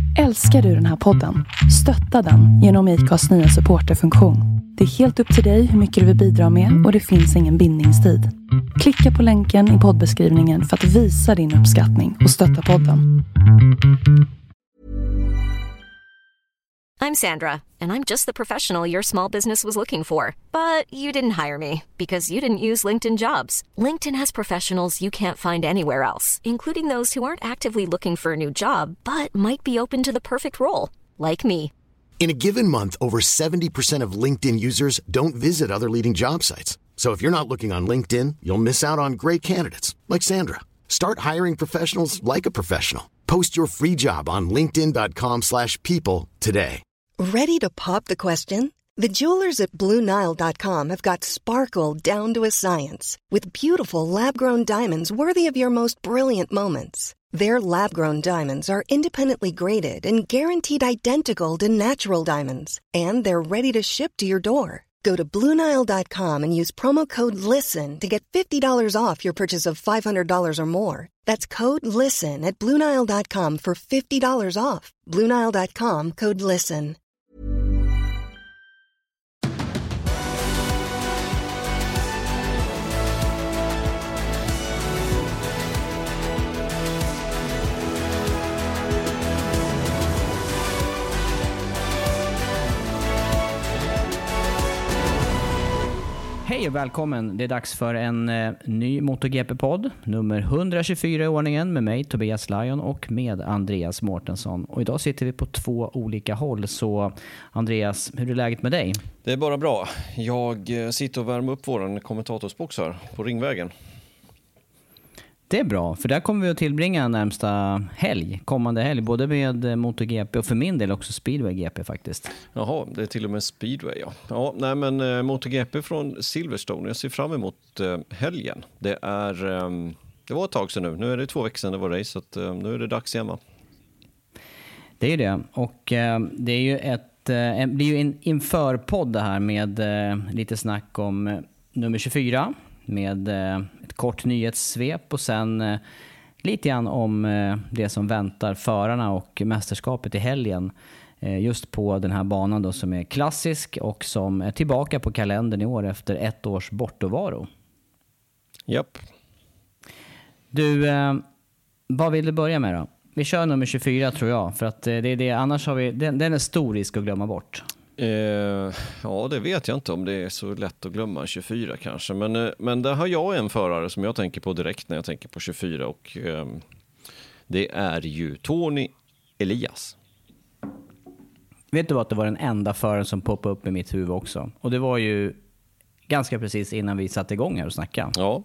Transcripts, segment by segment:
Älskar du den här podden? Stötta den genom IKAs nya supporterfunktion. Det är helt upp till dig hur mycket du vill bidra med och det finns ingen bindningstid. Klicka på länken i poddbeskrivningen för att visa din uppskattning och stötta podden. I'm Sandra, and I'm just the professional your small business was looking for. But you didn't hire me because you didn't use LinkedIn Jobs. LinkedIn has professionals you can't find anywhere else, including those who aren't actively looking for a new job, but might be open to the perfect role, like me. In a given month, over 70% of LinkedIn users don't visit other leading job sites. So if you're not looking on LinkedIn, you'll miss out on great candidates like Sandra. Start hiring professionals like a professional. Post your free job on linkedin.com/people today. Ready to pop the question? The jewelers at BlueNile.com have got sparkle down to a science with beautiful lab-grown diamonds worthy of your most brilliant moments. Their lab-grown diamonds are independently graded and guaranteed identical to natural diamonds, and they're ready to ship to your door. Go to BlueNile.com and use promo code LISTEN to get $50 off your purchase of $500 or more. That's code LISTEN at BlueNile.com for $50 off. BlueNile.com, code LISTEN. Hej och välkommen. Det är dags för en ny MotoGP-podd. Nummer 124 i ordningen med mig, Tobias Lion, och med Andreas Mårtensson. Och idag sitter vi på två olika håll. Så Andreas, hur är läget med dig? Det är bara bra. Jag sitter och värmer upp våran kommentatorsbox här på Ringvägen. Det är bra, för där kommer vi att tillbringa närmsta helg, kommande helg, både med MotoGP och för min del också Speedway GP faktiskt. Jaha, det är till och med Speedway, ja. Ja, nej men MotoGP från Silverstone, jag ser fram emot helgen. Det var ett tag sedan nu. Nu är det 2 veckor sedan det var race, så att, nu är det dags igen. Det är ju det, och det är ju det blir ju en införpodd det här med lite snack om nummer 24 med ett kort nyhetssvep och sen lite grann om det som väntar förarna och mästerskapet i helgen just på den här banan då, som är klassisk och som är tillbaka på kalendern i år efter 1 års bortovaro. Japp. Du, vad vill du börja med då? Vi kör nummer 24 tror jag, för att det är det, annars har vi, den är stor risk att glömma bort. Ja, det vet jag inte om det är så lätt att glömma 24 kanske. Men där har jag en förare som jag tänker på direkt när jag tänker på 24. Och det är ju Tony Elias. Vet du vad, att det var den enda föraren som poppade upp i mitt huvud också. Och det var ju ganska precis innan vi satte igång här och snackade. Ja.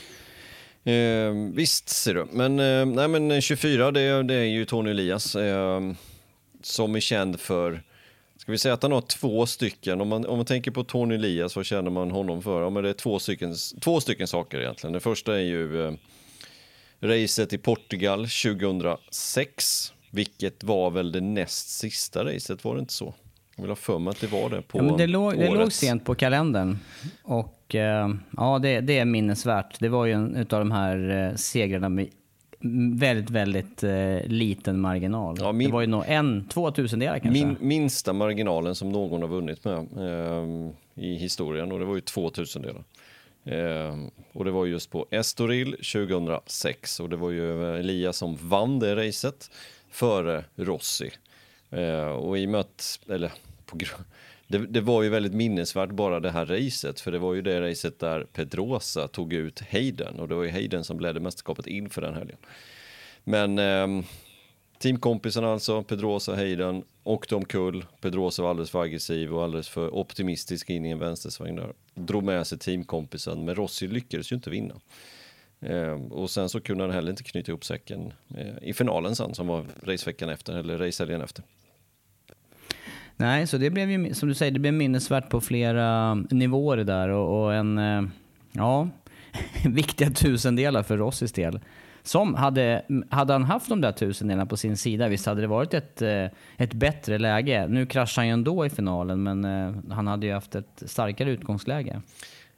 Visst ser du. Men 24 det är ju Tony Elias som är känd för... Ska vi säga att han har 2 stycken, om man tänker på Tony Elias, vad känner man honom för? Ja, men det är 2 stycken saker egentligen. Det första är ju racet i Portugal 2006, vilket var väl det näst sista racet, var det inte så? Jag vill ha för mig att det var det på det låg sent på kalendern och ja, det är minnesvärt. Det var ju en utav de här segrarna med väldigt, väldigt liten marginal. Ja, det var ju nog 2000-delar kanske. Minsta marginalen som någon har vunnit med i historien, och det var ju 2000-delar. Och det var just på Estoril 2006, och det var ju Elias som vann det racet före Rossi. Och i och med att, det var ju väldigt minnesvärt bara det här racet, för det var ju det racet där Pedrosa tog ut Hayden, och det var ju Hayden som ledde mästerskapet inför den helgen. Men teamkompisarna alltså, Pedrosa, Hayden, åkte omkull. Pedrosa var alldeles för aggressiv och alldeles för optimistisk in i en vänstersväng där. Drog med sig teamkompisen, men Rossi lyckades ju inte vinna. Och sen så kunde han heller inte knyta ihop säcken i finalen sen, som var raceveckan efter, eller racehelgen efter. Nej, så det blev ju, som du säger, det blev minnesvärt på flera nivåer där, och en, ja, viktiga tusendelar för Rossis del. Som hade han haft de där tusendelarna på sin sida, visst hade det varit ett bättre läge. Nu kraschade han ju ändå i finalen, men han hade ju haft ett starkare utgångsläge.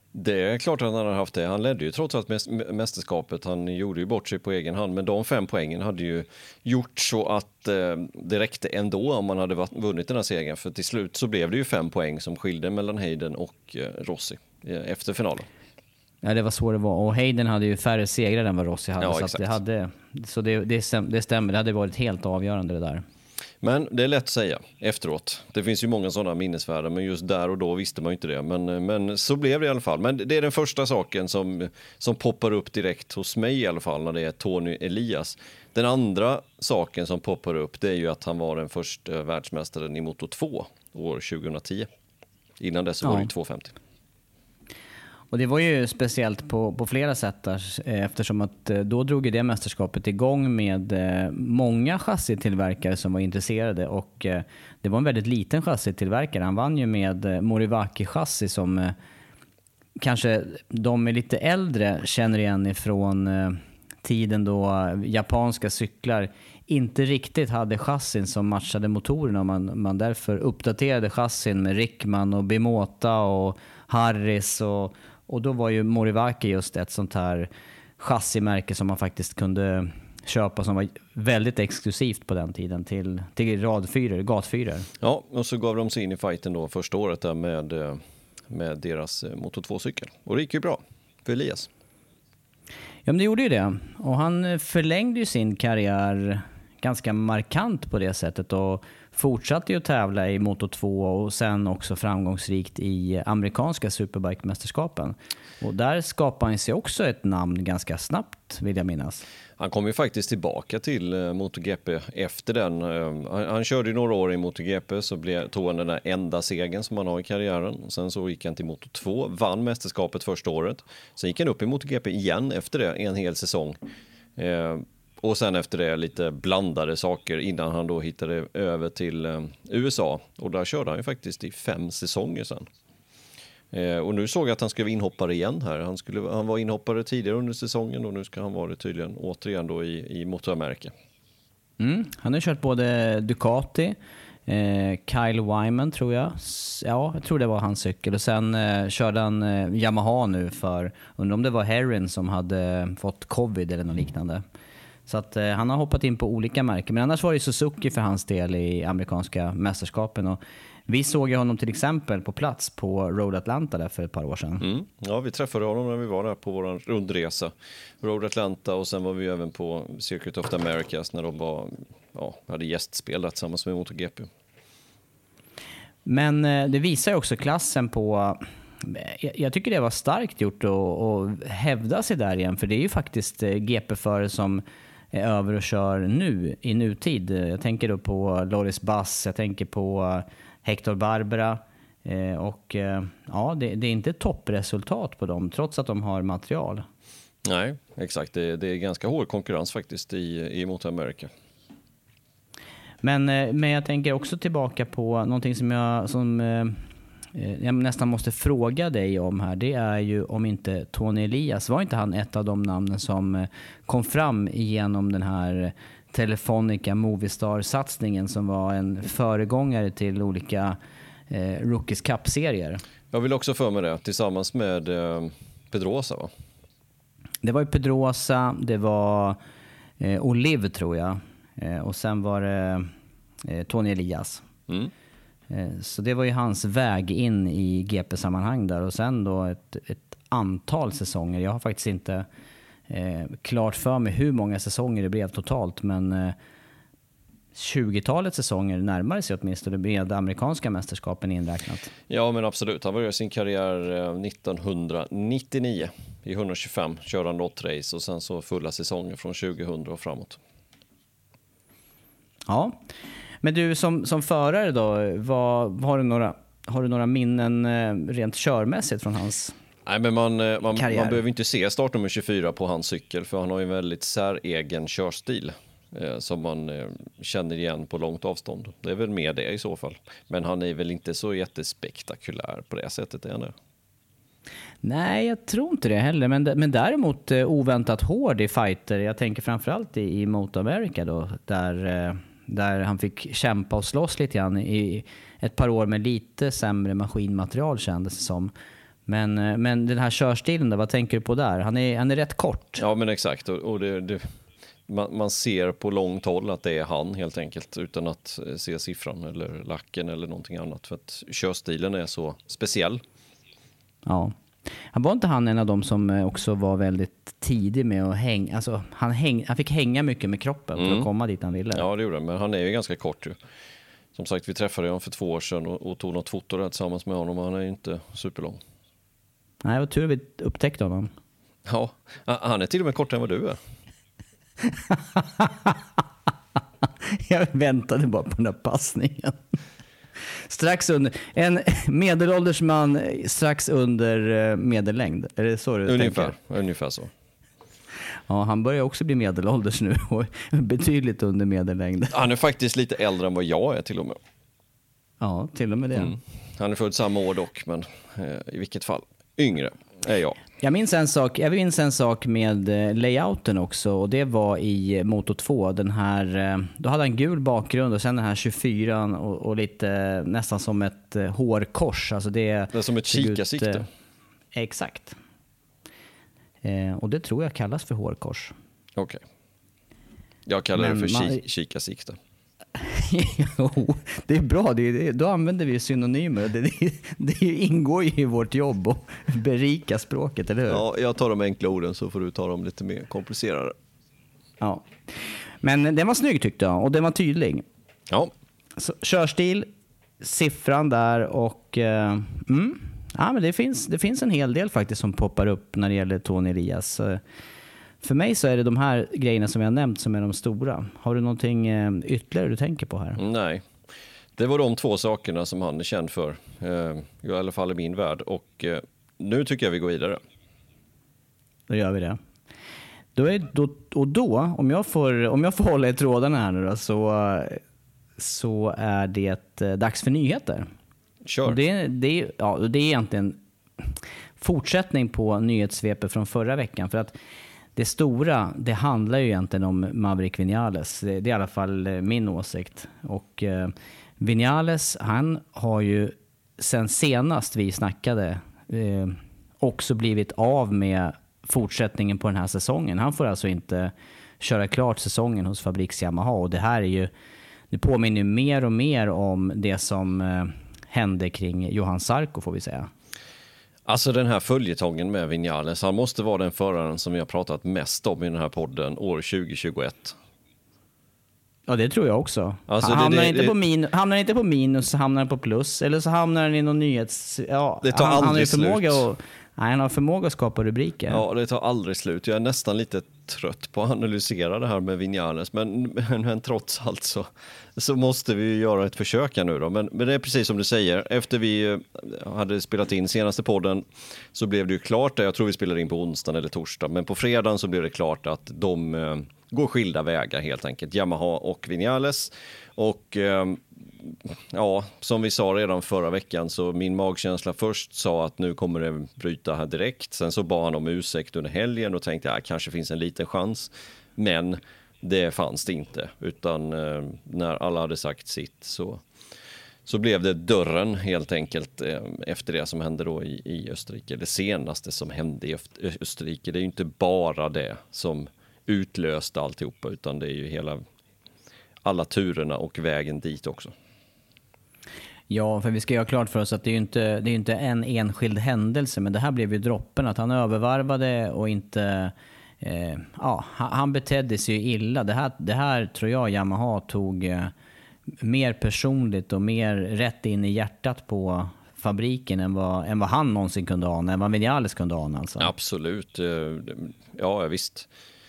Det är klart att han har haft det. Han ledde ju trots allt mästerskapet. Han gjorde ju bort sig på egen hand. Men de 5 poängen hade ju gjort så att det räckte ändå om man hade vunnit den här segern. För till slut så blev det ju 5 poäng som skilde mellan Hayden och Rossi efter finalen. Ja, det var så det var. Och Hayden hade ju färre segrar än vad Rossi hade. Ja, så det stämmer. Det hade varit helt avgörande det där. Men det är lätt att säga efteråt. Det finns ju många sådana minnesvärden, men just där och då visste man ju inte det. Men så blev det i alla fall. Men det är den första saken som poppar upp direkt hos mig i alla fall när det är Tony Elias. Den andra saken som poppar upp, det är ju att han var den första världsmästaren i Moto 2 år 2010. Innan dess var det ju 250. Och det var ju speciellt på flera sätt där, eftersom att då drog ju det mästerskapet igång med många chassitillverkare som var intresserade, och det var en väldigt liten chassitillverkare. Han vann ju med Moriwaki chassi som kanske de är lite äldre känner igen ifrån tiden då japanska cyklar inte riktigt hade chassin som matchade motorerna, och man därför uppdaterade chassin med Rickman och Bimota och Harris, och då var ju Moriwaki just ett sånt här chassimärke som man faktiskt kunde köpa, som var väldigt exklusivt på den tiden till gatfyror. Ja, och så gav de sig in i fighten då första året där med deras Moto 2-cykel. Och det gick ju bra för Elias. Ja, men det gjorde ju det. Och han förlängde ju sin karriär ganska markant på det sättet och fortsatte ju att tävla i Moto 2 och sen också framgångsrikt i amerikanska Superbike-mästerskapen. Och där skapade han sig också ett namn ganska snabbt, vill jag minnas. Han kom ju faktiskt tillbaka till MotoGP efter den. Han körde ju några år i MotoGP, så tog han den där enda segern som han har i karriären. Sen så gick han till Moto 2, vann mästerskapet första året. Sen gick han upp i MotoGP igen efter det, en hel säsong. Och sen efter det lite blandade saker innan han då hittade över till USA. Och där körde han ju faktiskt i 5 säsonger sen. Och nu såg jag att han skulle vara inhoppare igen här. Han var inhoppare tidigare under säsongen och nu ska han vara det tydligen återigen då i Moto America. Han har kört både Ducati, Kyle Wyman tror jag. Ja, jag tror det var hans cykel. Och sen körde han Yamaha nu undrar om det var Herrin som hade fått covid eller något liknande. Så att han har hoppat in på olika märken. Men annars var det Suzuki för hans del i amerikanska mästerskapen. Och vi såg ju honom till exempel på plats på Road Atlanta där för ett par år sedan. Ja, vi träffade honom när vi var där på vår rundresa. Road Atlanta, och sen var vi även på Circuit of the Americas när de hade gästspel där tillsammans med MotoGP. Men det visar ju också klassen på... Jag tycker det var starkt gjort att hävda sig där igen. För det är ju faktiskt GP-förare som är över och kör nu i nutid. Jag tänker då på Loris Bass, jag tänker på Hector Barbera. Det är inte toppresultat på dem trots att de har material. Nej, exakt. Det är ganska hård konkurrens faktiskt i Moto America. Men jag tänker också tillbaka på någonting som jag nästan måste fråga dig om här. Det är ju om inte Tony Elias, var inte han ett av de namnen som kom fram genom den här Telefonica Movistar-satsningen som var en föregångare till olika Rookies Cup-serier? Jag vill också för mig det, tillsammans med Pedrosa, va? Det var ju Pedrosa, det var Olive tror jag. Och sen var det Tony Elias. Så det var ju hans väg in i GP-sammanhang där. Och sen då ett antal säsonger. Jag har faktiskt inte klart för mig hur många säsonger det blev totalt. Men 20-talet säsonger närmare sig åtminstone med amerikanska mästerskapen inräknat. Ja, men absolut. Han började sin karriär 1999 i 125. Körde han något-race och sen så fulla säsonger från 2000 och framåt. Ja. Men du som förare då, har du några minnen rent körmässigt från hans Nej, men man behöver inte se startnummer 24 på hans cykel, för han har ju en väldigt säregen körstil som man känner igen på långt avstånd. Det är väl mer det i så fall. Men han är väl inte så jättespektakulär på det sättet ännu. Nej, jag tror inte det heller. Men däremot oväntat hård i fighter. Jag tänker framförallt i Moto America då, där han fick kämpa och slåss lite grann i ett par år med lite sämre maskinmaterial kändes det som. Men den här körstilen, vad tänker du på där? Han är rätt kort. Ja, men exakt. Och man ser på långt håll att det är han helt enkelt, utan att se siffran eller lacken eller någonting annat. För att körstilen är så speciell. Ja. Han var inte han en av dem som också var väldigt tidig med att hänga. Alltså, han fick hänga mycket med kroppen för att komma dit han ville. Ja, det gjorde han. Men han är ju ganska kort ju. Som sagt, vi träffade honom för 2 år sedan och tog något foto där tillsammans med honom. Han är ju inte superlång. Nej, det var tur att vi upptäckte honom. Ja, han är till och med kortare än vad du är. Jag väntade bara på den där passningen. Strax under, en medelålders man strax under medellängd. Är det så du tänker? Ungefär så. Ja, han börjar också bli medelålders nu och betydligt under medellängd. Han är faktiskt lite äldre än vad jag är till och med. Ja, till och med det. Han är född samma år dock, men i vilket fall yngre är jag. Jag minns en sak med layouten också, och det var i Moto 2. Den här, då hade han gul bakgrund och sen den här 24 och lite nästan som ett hårkors. Alltså det är som ett kikarsikte. Exakt. Och det tror jag kallas för hårkors. Okej. Jag kallar det för kikarsikte. Jo, det är bra. Då använder vi synonymer. Det ingår ju i vårt jobb att berika språket, eller hur? Ja, jag tar de enkla orden så får du ta de lite mer komplicerade. Ja. Men den var snygg tyckte jag, och den var tydlig. Ja. Så, körstil, siffran där och... ja, men det finns en hel del faktiskt som poppar upp när det gäller Tony Elias. För mig så är det de här grejerna som jag nämnt som är de stora. Har du någonting ytterligare du tänker på här? Nej, det var de 2 sakerna som han är känd för. I alla fall i min värld. Och nu tycker jag vi går vidare. Då gör vi det. Då om jag får hålla i trådarna här nu då, så är det dags för nyheter. Kör. Och det är egentligen fortsättning på nyhetssvepet från förra veckan. För att det stora, det handlar ju egentligen om Maverick Viñales. Det är i alla fall min åsikt. Och Viñales, han har ju sen senast vi snackade också blivit av med fortsättningen på den här säsongen. Han får alltså inte köra klart säsongen hos Fabriks Yamaha. Och det här är ju, det påminner ju mer och mer om det som hände kring Johan Zarco, får vi säga. Alltså den här följetongen med Viñales, han måste vara den föraren som vi har pratat mest om i den här podden år 2021. Ja, det tror jag också. Alltså, hamnar han inte på minus så hamnar han på plus. Eller så hamnar han i någon nyhets... Ja, det tar aldrig slut. Han har förmåga att skapa rubriker. Ja, det tar aldrig slut. Jag är nästan lite trött på att analysera det här med Viñales. Men trots allt så måste vi göra ett försök här nu då. Men det är precis som du säger. Efter vi hade spelat in senaste podden så blev det ju klart. Jag tror vi spelade in på onsdagen eller torsdag. Men på fredagen så blev det klart att de går skilda vägar helt enkelt. Yamaha och Viñales. Och ja, som vi sa redan förra veckan så min magkänsla först sa att nu kommer det bryta här direkt. Sen så bad han om ursäkt under helgen och tänkte att kanske finns en liten chans. Men det fanns det inte. Utan när alla hade sagt sitt så blev det dörren helt enkelt efter det som hände då i Österrike. Det senaste som hände i Österrike. Det är ju inte bara det som utlöste alltihopa utan det är ju alla turerna och vägen dit också. Ja, för vi ska göra klart för oss att det är ju inte en enskild händelse, men det här blev ju droppen att han övervarvade och inte han betedde sig ju illa. Det här tror jag Yamaha tog mer personligt och mer rätt in i hjärtat på fabriken än vad han någonsin kunde ana, än vad Viñales kunde ana alltså. Absolut. Ja, visst.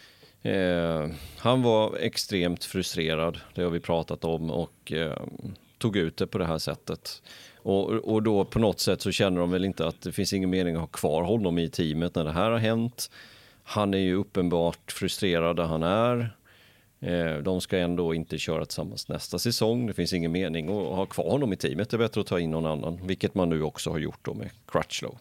Han var extremt frustrerad, det har vi pratat om, och tog ut det på det här sättet. Och då på något sätt så känner de väl inte att det finns ingen mening att ha kvar honom i teamet när det här har hänt. Han är ju uppenbart frustrerad där han är. De ska ändå inte köra tillsammans nästa säsong. Det finns ingen mening att ha kvar honom i teamet. Det är bättre att ta in någon annan, vilket man nu också har gjort då med Crutchlow.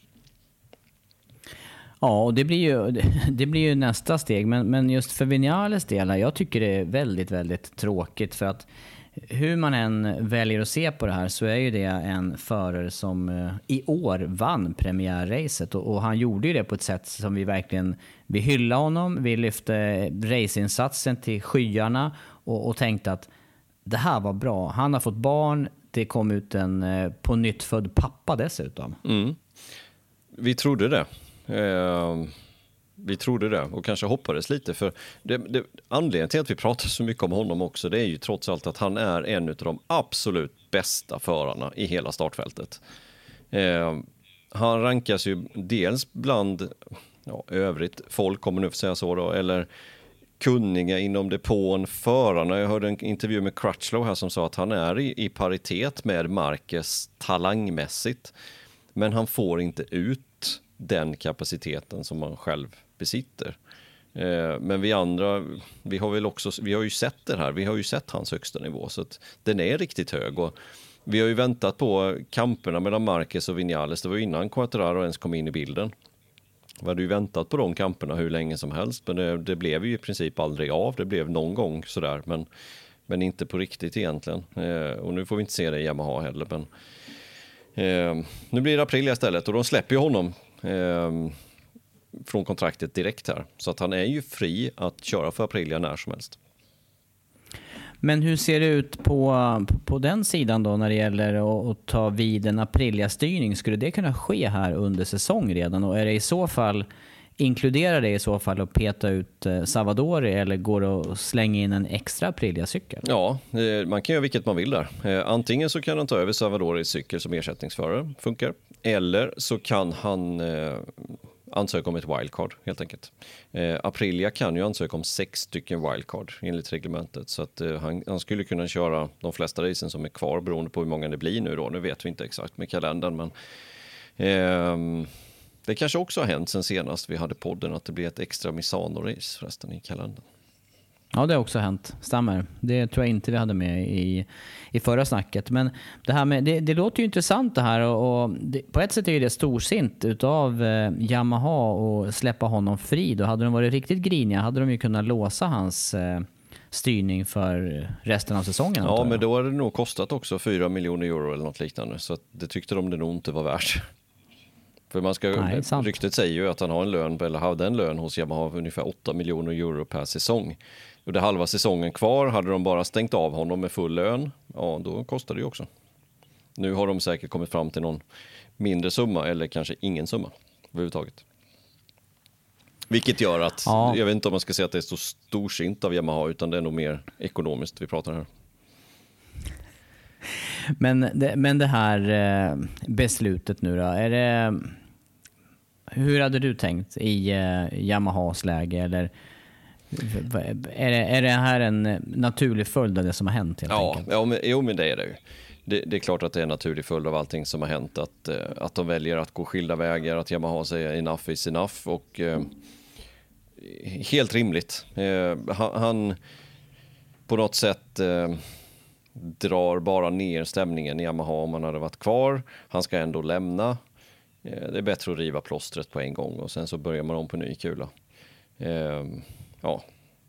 Ja, och det blir ju nästa steg. Men just för Viñales del, jag tycker det är väldigt, väldigt tråkigt för att hur man än väljer att se på det här så är ju det en förare som i år vann premiärracet. Och han gjorde ju det på ett sätt som vi hyllade honom. Vi lyfte raceinsatsen till skyarna och tänkte att det här var bra. Han har fått barn, det kom ut en på nytt född pappa dessutom. Vi trodde det. Vi trodde det och kanske hoppades lite, för anledningen till att vi pratar så mycket om honom också, det är ju trots allt att han är en av de absolut bästa förarna i hela startfältet. Han rankas ju dels bland övrigt folk, kommer nu få säga så då, eller kunniga inom depån, förarna. Jag hörde en intervju med Crutchlow här som sa att han är i paritet med Marquez talangmässigt, men han får inte ut den kapaciteten som man själv besitter. Men vi andra, vi har ju sett det här, vi har ju sett hans högsta nivå, så att den är riktigt hög. Och vi har ju väntat på kamperna mellan Marquez och Vinales. Det var ju innan Quartararo ens kom in i bilden. Vi hade ju väntat på de kamperna hur länge som helst, men det blev ju i princip aldrig av. Det blev någon gång sådär, men inte på riktigt egentligen. Och nu får vi inte se det i Yamaha heller, men nu blir det Aprilia istället och de släpper ju honom från kontraktet direkt här. Så att han är ju fri att köra för Aprilia när som helst. Men hur ser det ut på den sidan då när det gäller att ta vid en Aprilia-styrning? Skulle det kunna ske här under säsong redan? Och är det i så fall, inkluderar det i så fall att peta ut Savadori, eller går det att slänga in en extra Aprilia-cykel? Ja, man kan göra vilket man vill där. Antingen så kan han ta över Savadoris cykel som ersättningsförare, funkar. Eller så kan han ansöka om ett wildcard helt enkelt. Aprilia kan ju ansöka om 6 stycken wildcard enligt reglementet, så att han skulle kunna köra de flesta racen som är kvar beroende på hur många det blir nu då. Nu vet vi inte exakt med kalendern, men det kanske också har hänt sen senast vi hade podden att det blir ett extra Misano-race förresten i kalendern. Ja, det har också hänt. Stämmer. Det tror jag inte vi hade med i förra snacket. Men det här med, det låter ju intressant det här. Och på ett sätt är det storsint utav Yamaha och släppa honom fri. Då hade de varit riktigt griniga hade de ju kunnat låsa hans styrning för resten av säsongen. Ja, men då hade det nog kostat också 4 miljoner euro eller något liknande. Så att det tyckte de det nog inte var värt. För ryktet säger ju att han har en lön, eller hade en lön hos Yamaha av ungefär 8 miljoner euro per säsong. Och det halva säsongen kvar, hade de bara stängt av honom med full lön, ja då kostar det ju också. Nu har de säkert kommit fram till någon mindre summa eller kanske ingen summa överhuvudtaget. Vilket gör att, jag vet inte om man ska säga att det är så storsint av Yamaha, utan det är nog mer ekonomiskt vi pratar här. Men det här beslutet nu då, hur hade du tänkt i Yamahas läge, eller är det här en naturlig följd av det som har hänt helt enkelt? Men det är det ju. Det är klart att det är en naturlig följd av allting som har hänt, att de väljer att gå skilda vägar, att Yamaha säger enough is enough, och helt rimligt. Han på något sätt drar bara ner stämningen i Yamaha om han hade varit kvar. Han ska ändå lämna. Det är bättre att riva plåstret på en gång och sen så börjar man om på ny kula. Ja.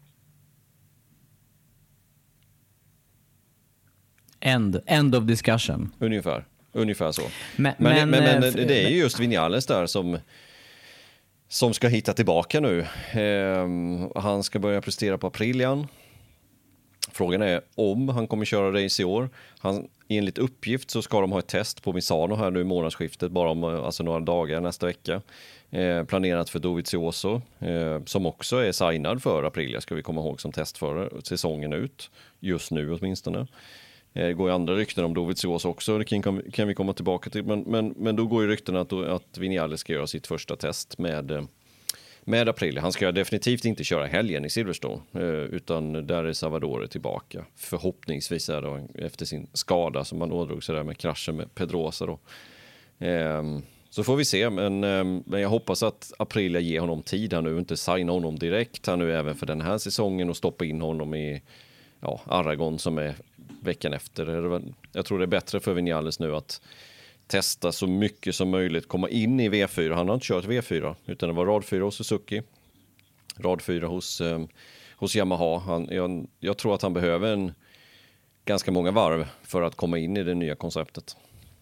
End of discussion. Ungefär så. Men det är ju just Vinales där som ska hitta tillbaka nu. Han ska börja prestera på Aprilian. Frågan är om han kommer köra race i år. Enligt uppgift så ska de ha ett test på Misano här nu i månadsskiftet, bara om några dagar nästa vecka. Planerat för Dovizioso, som också är signad för Aprilia, ska vi komma ihåg, som testförare säsongen ut. Just nu åtminstone. Det går ju andra rykten om Dovizioso också, det kan vi komma tillbaka till. Men då går ju rykten att Vinales ska göra sitt första test med Aprilia. Han ska definitivt inte köra helgen i Silverstone, utan där är Savadori tillbaka. Förhoppningsvis är det efter sin skada som man ådrog sig där med kraschen med Pedrosa då. Så får vi se, men jag hoppas att Aprilia ger honom tid här nu, inte signa honom direkt här nu även för den här säsongen och stoppa in honom i Aragon som är veckan efter. Jag tror det är bättre för Vinales nu att testa så mycket som möjligt, komma in i V4. Han har inte kört V4 utan det var rad 4 hos Suzuki, rad 4 hos Yamaha. Jag tror att han behöver ganska många varv för att komma in i det nya konceptet.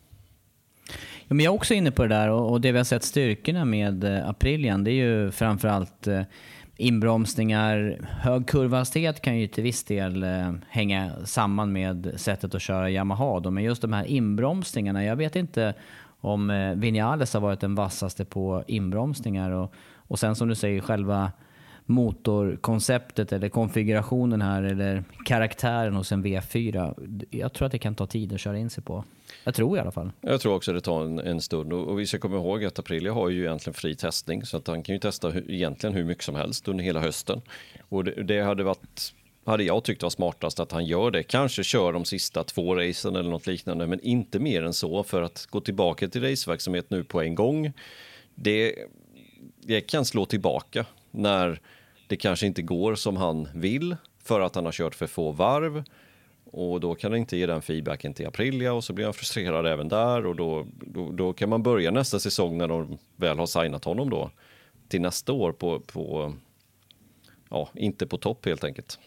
Ja, men jag är också inne på det där, och det vi har sett styrkorna med Aprilian, det är ju framförallt inbromsningar. Hög kurvhastighet kan ju till viss del hänga samman med sättet att köra Yamaha då, men just de här inbromsningarna, jag vet inte om Vinales har varit den vassaste på inbromsningar, och sen som du säger, själva motorkonceptet eller konfigurationen här eller karaktären hos en V4, jag tror att det kan ta tid att köra in sig på. Jag tror i alla fall. Jag tror också att det tar en stund, och vi ska komma ihåg att Aprilia har ju egentligen fri testning, så att han kan ju testa egentligen hur mycket som helst under hela hösten, och det hade jag tyckt var smartast att han gör det. Kanske kör de sista 2 racen eller något liknande, men inte mer än så, för att gå tillbaka till raceverksamhet nu på en gång. Det kan slå tillbaka när det kanske inte går som han vill för att han har kört för få varv, och då kan han inte ge den feedbacken till Aprilia, och så blir han frustrerad även där, och då kan man börja nästa säsong när de väl har signat honom då till nästa år på inte på topp helt enkelt.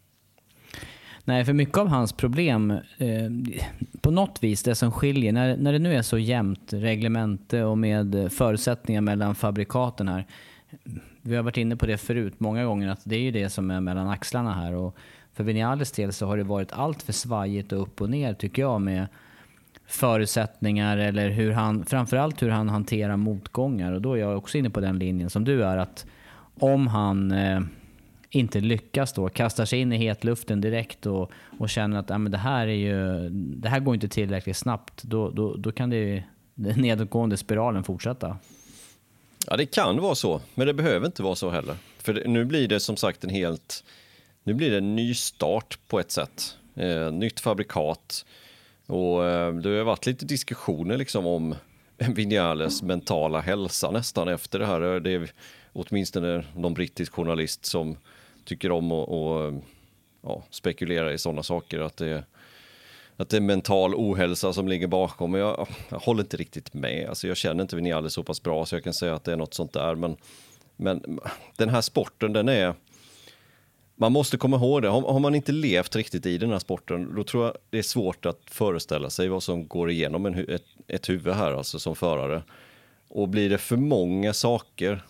Nej, för mycket av hans problem, på något vis det som skiljer, när det nu är så jämnt reglemente och med förutsättningar mellan fabrikaten här. Vi har varit inne på det förut många gånger, att det är ju det som är mellan axlarna här, och för Vinales del så har det varit allt för svajigt och upp och ner tycker jag, med förutsättningar eller framförallt hur han hanterar motgångar, och då är jag också inne på den linjen som du är, att om han inte lyckas då, kastar sig in i hetluften direkt och känner att men det här går inte tillräckligt snabbt, då kan den nedåtgående spiralen fortsätta. Ja, det kan vara så, men det behöver inte vara så heller. För nu blir det som sagt nu blir det en ny start på ett sätt. Nytt fabrikat, och det har varit lite diskussioner liksom om Vinales mentala hälsa nästan efter det här. Det är åtminstone någon brittisk journalist som tycker om att spekulera i sådana saker, att det är mental ohälsa som ligger bakom. Men jag håller inte riktigt med. Alltså jag känner inte Vinales så pass bra så jag kan säga att det är något sånt där. Men den här sporten, man måste komma ihåg det. Har man inte levt riktigt i den här sporten, då tror jag det är svårt att föreställa sig vad som går igenom ett huvud här, alltså som förare. Och blir det för många saker,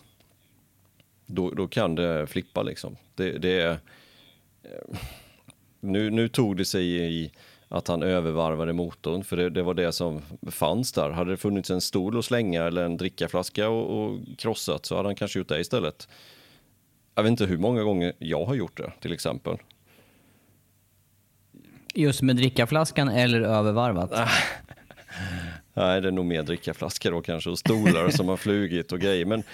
då kan det flippa liksom. Nu tog det sig i att han övervarvade motorn, för det var det som fanns där. Hade det funnits en stol att slänga eller en drickaflaska och krossat, så hade han kanske gjort det istället. Jag vet inte hur många gånger jag har gjort det, till exempel. Just med drickaflaskan eller övervarvat? Nej, det är nog mer drickaflaskor då kanske, och stolar som har flugit och grejer. Men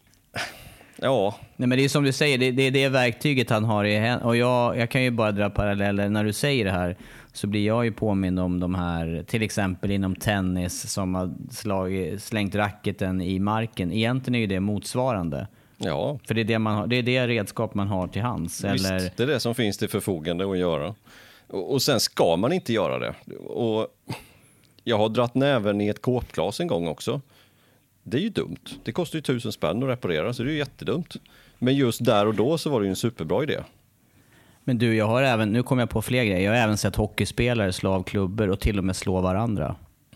ja. Nej, men det är som du säger, det är det verktyget han har i händerna. Och jag kan ju bara dra paralleller. När du säger det här så blir jag ju påmind om de här, till exempel inom tennis, som har slängt racketen i marken. Egentligen är ju det motsvarande. Ja. För det är det redskap man har till hands. Visst, eller... det är det som finns till förfogande att göra. Och sen ska man inte göra det. Och jag har dratt näven i ett kåpglas en gång också. Det är ju dumt. Det kostar ju 1000 spänn att reparera, så det är ju jättedumt. Men just där och då så var det ju en superbra idé. Men du, jag har även, nu kommer jag på fler grejer. Jag har även sett hockeyspelare slå av klubbor och till och med slå varandra.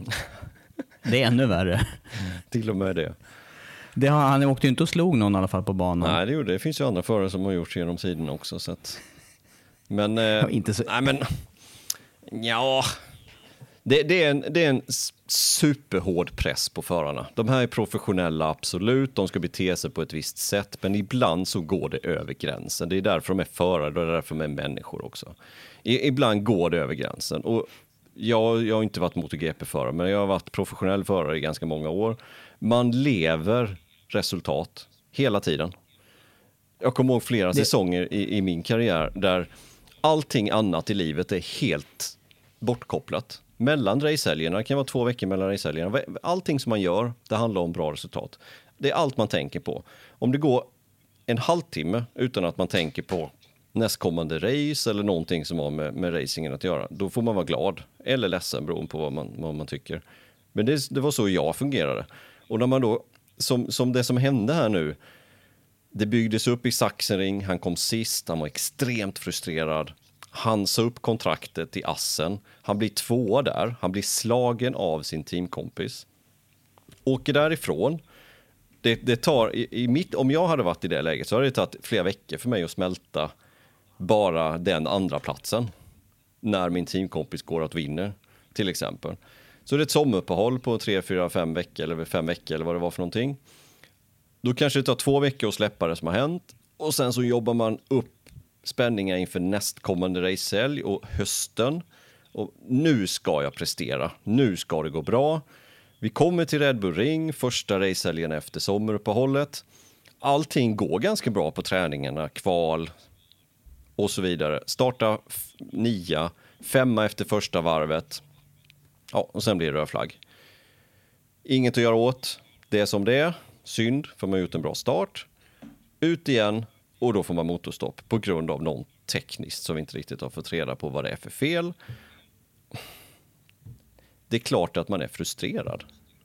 Det är ännu värre. Till och med det. Han åkte ju inte och slog någon i alla fall på banan. Nej, det gjorde det. Det finns ju andra förare som har gjort genom tiden också. Så att... Men, inte så... Nej, men... Ja... Det är en superhård press på förarna. De här är professionella, absolut. De ska bete sig på ett visst sätt. Men ibland så går det över gränsen. Det är därför de är förare och det är därför de är människor också. Ibland går det över gränsen. Och jag har inte varit MotoGP-förare, men jag har varit professionell förare i ganska många år. Man lever resultat hela tiden. Jag kommer ihåg flera säsonger i min karriär där allting annat i livet är helt bortkopplat. Mellan racehelgerna, det kan vara 2 veckor mellan racehelgerna. Allting som man gör, det handlar om bra resultat. Det är allt man tänker på. Om det går en halvtimme utan att man tänker på nästkommande race eller någonting som har med racingen att göra, då får man vara glad eller ledsen beroende på vad man tycker. Men det var så jag fungerade. Och när man då, som det som hände här nu, det byggdes upp i Sachsenring, han kom sist, han var extremt frustrerad. Han sa upp kontraktet i Assen. Han blir 2 där. Han blir slagen av sin teamkompis. Åker därifrån. Det tar, om jag hade varit i det läget så hade det tagit flera veckor för mig att smälta bara den andra platsen. När min teamkompis går att vinna, till exempel. Så det är ett sommaruppehåll på 3, 4, 5 veckor eller 5 veckor eller vad det var för någonting. Då kanske det tar 2 veckor att släppa det som har hänt. Och sen så jobbar man upp spänningar inför nästkommande racehelg och hösten. Och nu ska jag prestera. Nu ska det gå bra. Vi kommer till Red Bull Ring, första racehelgen efter sommaruppehållet. Allting går ganska bra på träningarna, kval och så vidare. Starta 9, 5 efter första varvet. Ja, och sen blir det röd flagg. Inget att göra åt. Det är som det är. Synd, för man har gjort en bra start. Ut igen och då får man motorstopp på grund av någon tekniskt som vi inte riktigt har fått reda på vad det är för fel. Det är klart att man är frustrerad.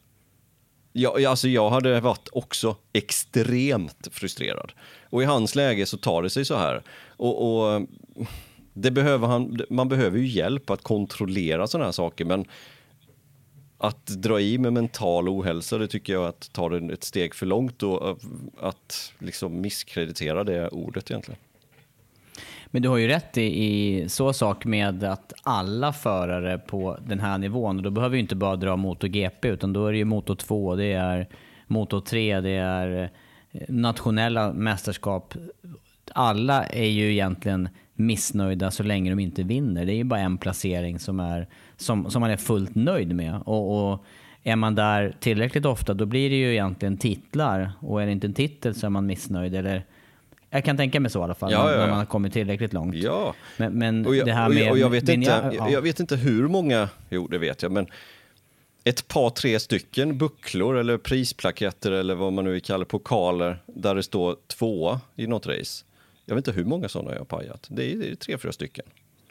Jag hade varit också extremt frustrerad. Och i hans läge så tar det sig så här. Och det man behöver ju hjälp att kontrollera sådana här saker. Men att dra i med mental ohälsa, det tycker jag att ta det ett steg för långt och att liksom misskreditera det ordet egentligen. Men du har ju rätt i så sak med att alla förare på den här nivån, och då behöver ju inte bara dra MotoGP utan då är det ju Moto 2, det är Moto 3, det är nationella mästerskap. Alla är ju egentligen missnöjda så länge de inte vinner. Det är ju bara en placering som man är fullt nöjd med. Och är man där tillräckligt ofta, då blir det ju egentligen titlar. Och är det inte en titel så är man missnöjd. Eller, jag kan tänka mig så i alla fall, när man har kommit tillräckligt långt. Ja. Men det här med... Jag vet inte hur många... Jo, det vet jag, men... Ett par, 3 stycken bucklor eller prisplaketter eller vad man nu vill kalla pokaler där det står 2 i något race. Jag vet inte hur många sådana jag har pajat. Det är 3-4 stycken.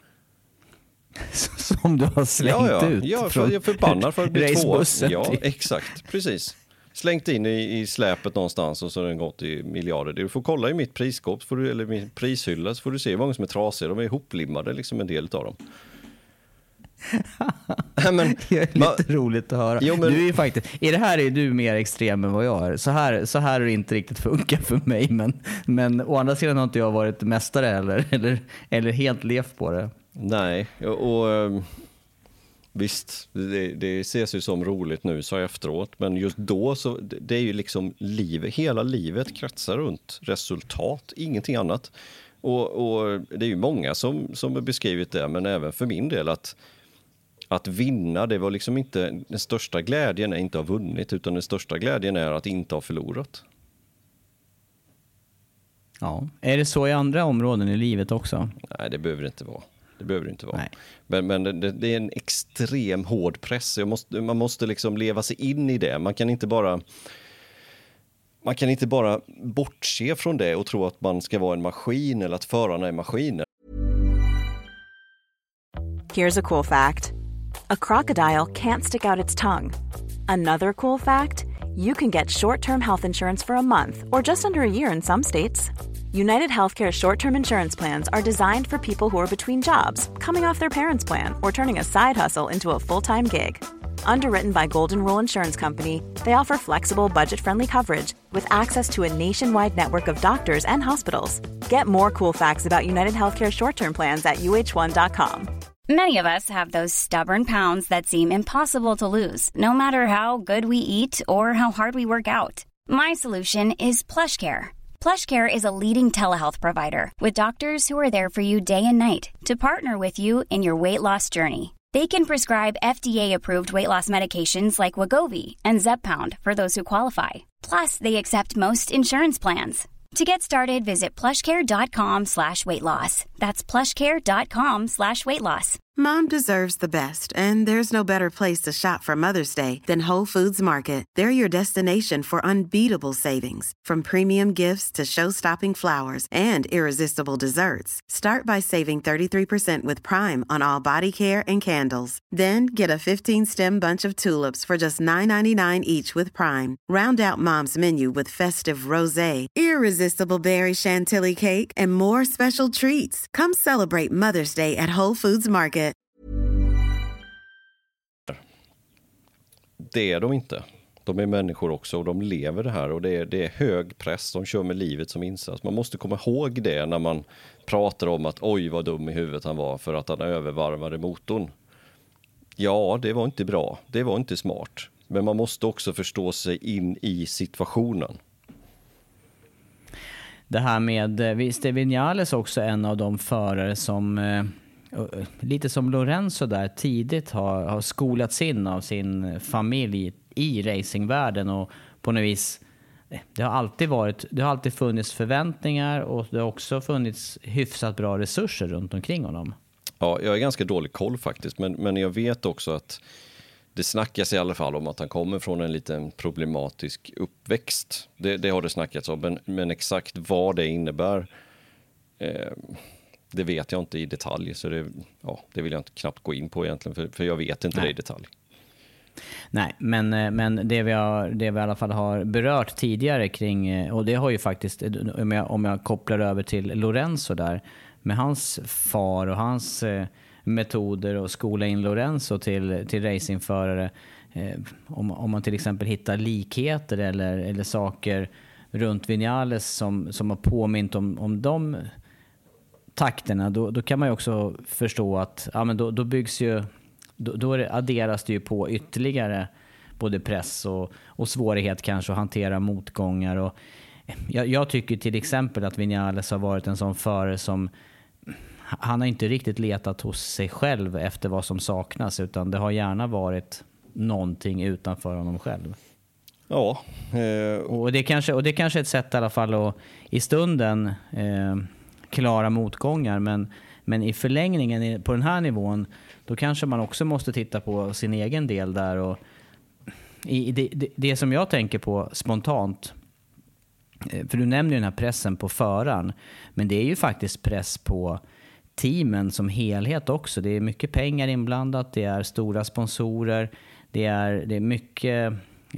Som du har slängt ut? Ja, jag är förbannad för att bli 2. Ja, typ. exakt. Precis. Slängt in i släpet någonstans och så har den gått i miljarder. Du får kolla i mitt prisskåp eller min prishylla så får du se hur många som är trasiga. De är ihoplimmade, liksom en del av dem. Men, det är lite roligt att höra. Jo, men... Du är faktiskt, i det här är du mer extrem än vad jag är. Så här har det inte riktigt funkat för mig. Men å andra sidan har inte jag varit mästare eller helt levt på det. Nej, och visst, det ses ju som roligt nu så efteråt. Men just då så det är ju liksom hela livet kretsar runt resultat, ingenting annat. Och det är ju många som har beskrivit det, men även för min del att vinna, det var liksom inte den största glädjen är inte att ha vunnit, utan den största glädjen är att inte ha förlorat. Ja, är det så i andra områden i livet också? Nej, det behöver det inte vara. Nej. Men det är en extrem hård press. Man måste liksom leva sig in i det. Man kan inte bara bortse från det och tro att man ska vara en maskin eller att förarna är maskiner. Here's a cool fact. A crocodile can't stick out its tongue. Another cool fact, you can get short-term health insurance for a month or just under a year in some states. United Healthcare short-term insurance plans are designed for people who are between jobs, coming off their parents' plan, or turning a side hustle into a full-time gig. Underwritten by Golden Rule Insurance Company, they offer flexible, budget-friendly coverage with access to a nationwide network of doctors and hospitals. Get more cool facts about United Healthcare short-term plans at uh1.com. Many of us have those stubborn pounds that seem impossible to lose, no matter how good we eat or how hard we work out. My solution is PlushCare. PlushCare is a leading telehealth provider with doctors who are there for you day and night to partner with you in your weight loss journey. They can prescribe FDA-approved weight loss medications like Wegovy and Zepbound for those who qualify. Plus, they accept most insurance plans. To get started, visit plushcare.com/weightloss. That's plushcare.com/weightloss. Mom deserves the best, and there's no better place to shop for Mother's Day than Whole Foods Market. They're your destination for unbeatable savings, from premium gifts to show-stopping flowers and irresistible desserts. Start by saving 33% with Prime on all body care and candles. Then get a 15-stem bunch of tulips for just $9.99 each with Prime. Round out Mom's menu with festive rosé, irresistible berry chantilly cake, and more special treats. Come celebrate Mother's Day at Whole Foods Market. Det är de inte. De är människor också och de lever det här och det är hög press. De kör med livet som insats. Man måste komma ihåg det när man pratar om att oj vad dum i huvudet han var för att han övervarvade motorn. Ja, det var inte bra. Det var inte smart. Men man måste också förstå sig in i situationen. Det här med, visst är Viñales också en av de förare som lite som Lorenzo där tidigt har skolats in av sin familj i racingvärlden och på något vis det har alltid funnits förväntningar och det har också funnits hyfsat bra resurser runt omkring honom. Ja, jag är ganska dålig koll faktiskt men jag vet också att det snackas i alla fall om att han kommer från en liten problematisk uppväxt. Det har det snackats om men exakt vad det innebär det vet jag inte i detalj så det vill jag inte knappt gå in på egentligen för jag vet inte det i detalj. Nej, men det vi i alla fall har berört tidigare kring och det har ju faktiskt om jag kopplar över till Lorenzo där med hans far och hans metoder och skola in Lorenzo till racingförare om man till exempel hittar likheter eller saker runt Viñales som har påmint om de takterna då kan man ju också förstå att men då byggs ju då adderas det ju på ytterligare både press och svårighet kanske att hantera motgångar och jag tycker till exempel att Viñales har varit en sån förare som han har inte riktigt letat hos sig själv efter vad som saknas utan det har gärna varit någonting utanför honom själv. Ja. Och det kanske är ett sätt i alla fall att i stunden klara motgångar men i förlängningen på den här nivån då kanske man också måste titta på sin egen del där och det som jag tänker på spontant för du nämner ju den här pressen på föraren men det är ju faktiskt press på teamen som helhet också. Det är mycket pengar inblandat, det är stora sponsorer, det är mycket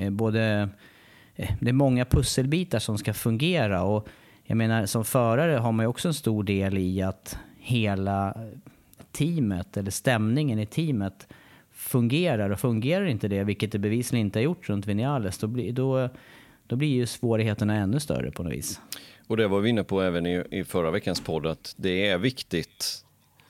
det är många pusselbitar som ska fungera och jag menar som förare har man ju också en stor del i att hela teamet eller stämningen i teamet fungerar och fungerar inte det, vilket det bevisligen inte har gjort runt Viñales, då blir ju svårigheterna ännu större på något vis. Och det var vi inne på även i förra veckans podd att det är viktigt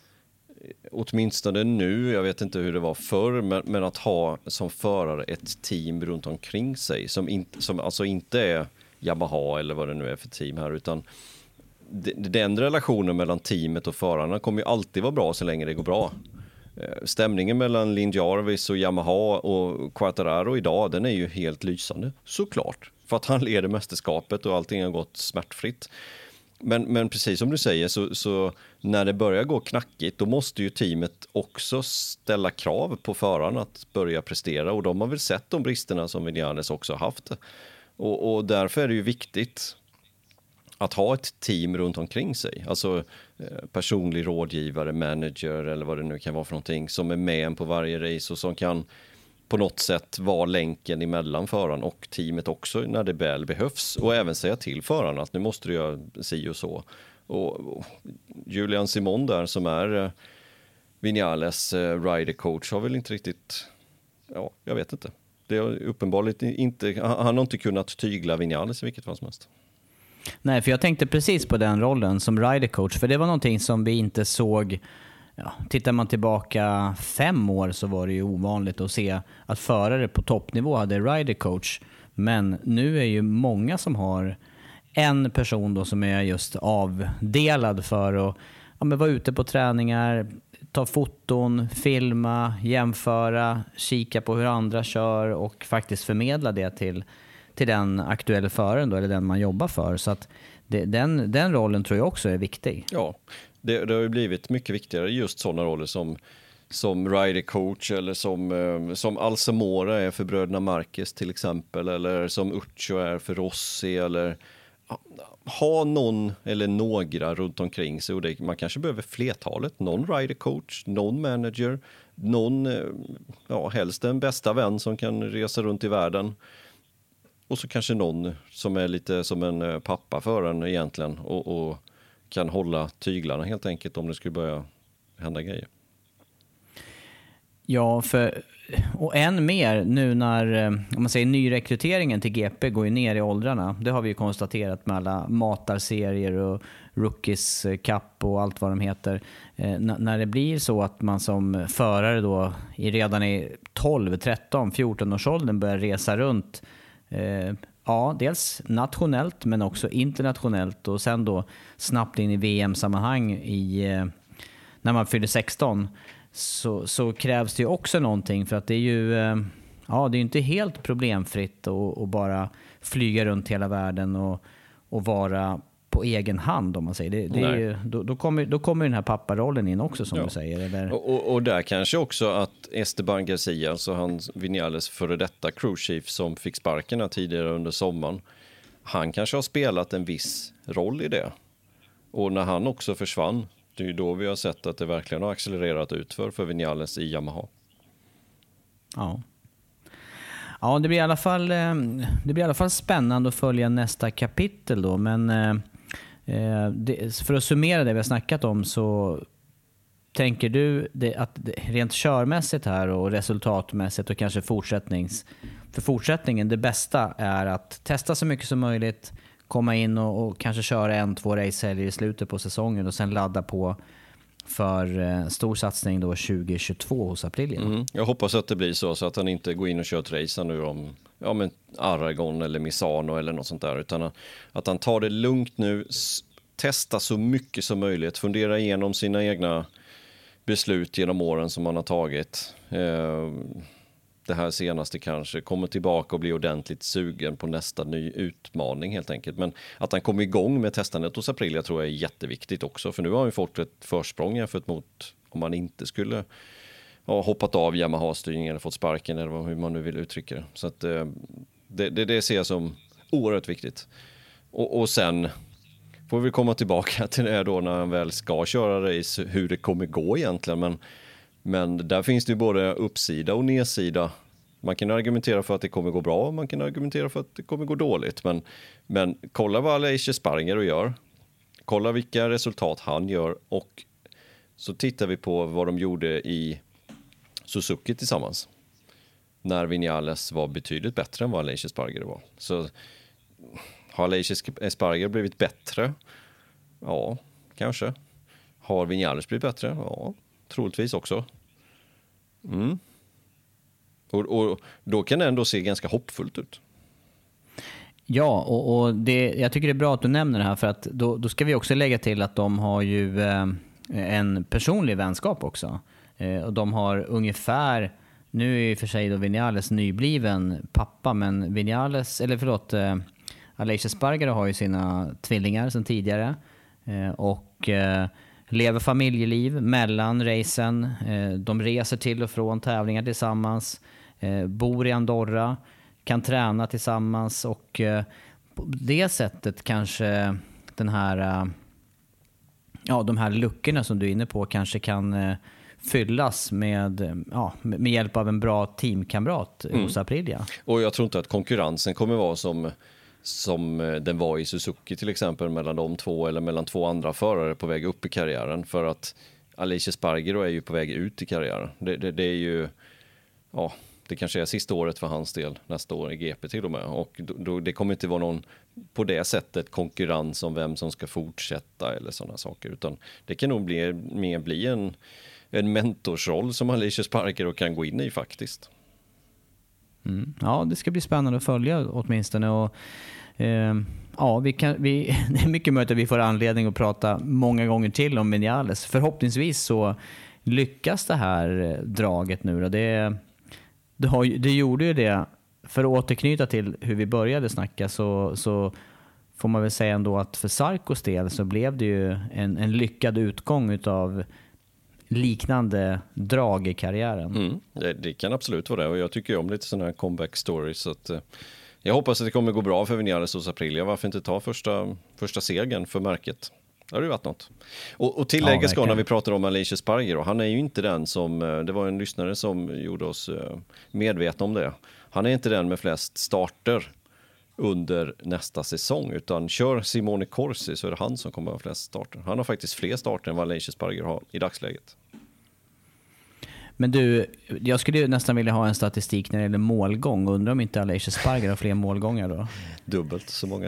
åtminstone nu, jag vet inte hur det var förr, men att ha som förare ett team runt omkring sig som alltså inte är Yamaha eller vad det nu är för team här utan den relationen mellan teamet och förarna kommer ju alltid vara bra så länge det går bra. Stämningen mellan Lin Jarvis och Yamaha och Quartararo idag, den är ju helt lysande, såklart. För att han leder mästerskapet och allting har gått smärtfritt. Men precis som du säger så när det börjar gå knackigt då måste ju teamet också ställa krav på förarna att börja prestera och de har väl sett de bristerna som Viñales också har haft. Och därför är det ju viktigt att ha ett team runt omkring sig. Alltså personlig rådgivare, manager eller vad det nu kan vara för någonting som är med en på varje race och som kan på något sätt vara länken emellan föraren och teamet också när det väl behövs och även säga till föraren att nu måste du göra si och så. Och Julian Simon där som är Viñales rider coach har väl inte riktigt, jag vet inte. Det är uppenbarligen inte, han har inte kunnat tygla Viñales i vilket fall som helst. Nej, för jag tänkte precis på den rollen som rider coach, för det var någonting som vi inte såg. Tittar man tillbaka 5 år så var det ju ovanligt att se att förare på toppnivå hade rider coach. Men nu är ju många som har en person då som är just avdelad för att vara ute på träningar, ta foton, filma, jämföra, kika på hur andra kör och faktiskt förmedla det till den aktuella föraren då, eller den man jobbar för. Så att den rollen tror jag också är viktig. Ja, det har ju blivit mycket viktigare just sådana roller som rider coach eller som Alcemora är för bröderna Marquez till exempel, eller som Uccio är för Rossi, eller ha någon eller några runt omkring sig. Och man kanske behöver flertalet, någon rider coach, någon manager, någon, helst den bästa vän som kan resa runt i världen. Och så kanske någon som är lite som en pappa för en egentligen och kan hålla tyglarna helt enkelt om det skulle börja hända grejer. Ja, och än mer nu när, om man säger, nyrekryteringen till GP går ju ner i åldrarna. Det har vi ju konstaterat med alla matarserier och Rookies Cup och allt vad de heter. När det blir så att man som förare då redan i 12, 13, 14 års åldern börjar resa runt, dels nationellt men också internationellt, och sen då snabbt in i VM-sammanhang när man fyller 16, så krävs det ju också någonting, för att det är ju det är inte helt problemfritt att bara flyga runt hela världen och vara på egen hand, om man säger. Det är ju, då kommer den här papparollen in också, som du säger. Eller? Och där kanske också att Esteban Garcia, alltså han Vinales före detta cruise chief som fick sparken här tidigare under sommaren, han kanske har spelat en viss roll i det. Och när han också försvann, det är ju då vi har sett att det verkligen har accelererat för Vinales i Yamaha. Ja, det blir i alla fall spännande att följa nästa kapitel då, men för att summera det vi har snackat om, så tänker du att rent körmässigt här och resultatmässigt och kanske för fortsättningen, det bästa är att testa så mycket som möjligt, komma in och kanske köra 1-2 racehelger i slutet på säsongen och sen ladda på för stor satsning då 2022 hos Aprilia. Jag hoppas att det blir så att han inte går in och kör ett race nu om Aragon eller Misano eller något sånt där, utan att han tar det lugnt nu, testa så mycket som möjligt, fundera igenom sina egna beslut genom åren som han har tagit. Det här senaste kanske kommer tillbaka och blir ordentligt sugen på nästa ny utmaning helt enkelt. Men att han kommer igång med testandet hos Aprilia tror jag är jätteviktigt också. För nu har han ju fått ett försprång jämfört mot om man inte skulle hoppat av Yamaha-styrningen eller fått sparken eller hur man nu vill uttrycka det. Så att det ser jag som oerhört viktigt. Och sen får vi komma tillbaka till det då när han väl ska köra race, hur det kommer gå egentligen. Men där finns det ju både uppsida och nedsida. Man kan argumentera för att det kommer gå bra, man kan argumentera för att det kommer gå dåligt. Men kolla vad Aleix Espargaro gör. Kolla vilka resultat han gör, och så tittar vi på vad de gjorde i Suzuki tillsammans. När Vinales var betydligt bättre än vad Aleix Espargaro var. Så har Aleix Espargaro blivit bättre? Ja, kanske. Har Vinales blivit bättre? Ja, troligtvis också. Och då kan det ändå se ganska hoppfullt ut. Ja, och jag tycker det är bra att du nämner det här, för att då ska vi också lägga till att de har ju en personlig vänskap också. Och de har ungefär, nu är i och för sig då Vinales nybliven pappa, men Aleix Espargaro har ju sina tvillingar sedan tidigare och lever familjeliv mellan racen. De reser till och från tävlingar tillsammans, bor i Andorra, kan träna tillsammans, och på det sättet kanske den här de här luckorna som du är inne på kanske kan fyllas med hjälp av en bra teamkamrat hos Aprilia. Och jag tror inte att konkurrensen kommer vara som den var i Suzuki till exempel, mellan de två eller mellan två andra förare på väg upp i karriären, för att Aleix Espargaro är ju på väg ut i karriären. Det är ju det kanske är sista året för hans del, nästa år i GP till och med, och då, det kommer inte vara någon på det sättet konkurrens om vem som ska fortsätta eller sådana saker, utan det kan nog bli en mentorsroll som Aleix Espargaro kan gå in i faktiskt. Ja, det ska bli spännande att följa åtminstone, och det är mycket möjligt att vi får anledning att prata många gånger till om Vinales. Förhoppningsvis så lyckas det här draget nu då. Det gjorde ju det. För att återknyta till hur vi började snacka, så får man väl säga ändå att för Sarkos del så blev det ju en lyckad utgång utav liknande drag i karriären. Det kan absolut vara det, och jag tycker om lite sådana här comeback stories, så att jag hoppas att det kommer gå bra för Vinales hos Aprilia. Varför inte ta första segern för märket? Det har ju varit något. Och tillägget ska när vi pratar om Aleix Espargaro, han är ju inte den som, det var en lyssnare som gjorde oss medvetna om det. Han är inte den med flest starter under nästa säsong, utan kör Simone Corsi så är det han som kommer att ha flest starter. Han har faktiskt fler starter än vad Aleix Espargaro har i dagsläget. Men du, jag skulle ju nästan vilja ha en statistik när det gäller målgång. Undrar om inte Aleix Espargaro har fler målgångar då? Dubbelt så många.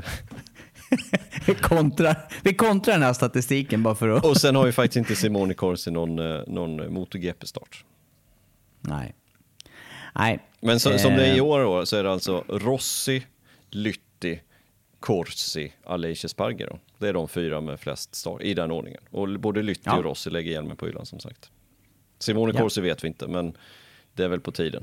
Vi kontrar den här statistiken bara för att... Och sen har ju faktiskt inte Simone Corsi någon MotoGP-start. Nej. Men som det är i år så är det alltså Rossi, Lytti, Corsi, Aleix Espargaro. Det är de 4 med flest start i den ordningen. Och både Lytti och Rossi lägger hjälmen på hyllan som sagt. Simone Corsi vet vi inte, men det är väl på tiden.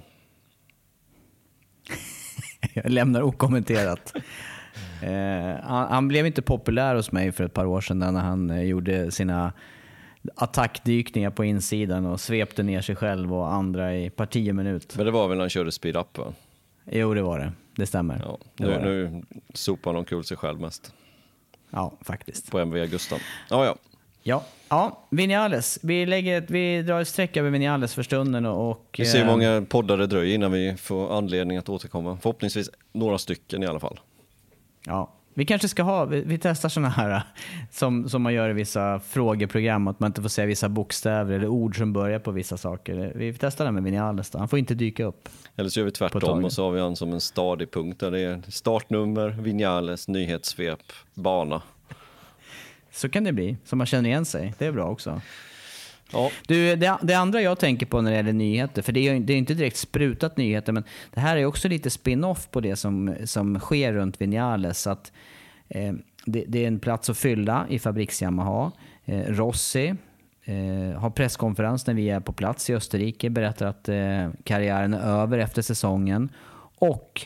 Jag lämnar okommenterat. Han blev inte populär hos mig för ett par år sedan när han gjorde sina attackdykningar på insidan och svepte ner sig själv och andra i par 10 minut. Men det var väl när han körde speed up, va? Jo, det var det. Det stämmer. Ja, nu sopar han kul sig själv mest. Ja, faktiskt. På MV Augusta. Ja, Vinales. Vi drar ett streck över Vinales för stunden. Och vi ser hur många poddar det dröjer innan vi får anledning att återkomma. Förhoppningsvis några stycken i alla fall. Ja, vi kanske ska vi testar såna här som man gör i vissa frågeprogram, att man inte får säga vissa bokstäver eller ord som börjar på vissa saker. Vi testar det med Vinales då. Han får inte dyka upp. Eller så gör vi tvärtom och så har vi han som en stadig punkt där det är startnummer, Vinales, nyhetssvep, bana. Så kan det bli, så man känner igen sig. Det är bra också. Ja. Du, det andra jag tänker på när det gäller nyheter, för det är inte direkt sprutat nyheter, men det här är också lite spin-off på det som sker runt Vinales. Att, det är en plats att fylla i Fabriks Yamaha. Rossi har presskonferens när vi är på plats i Österrike, berättar att karriären är över efter säsongen. Och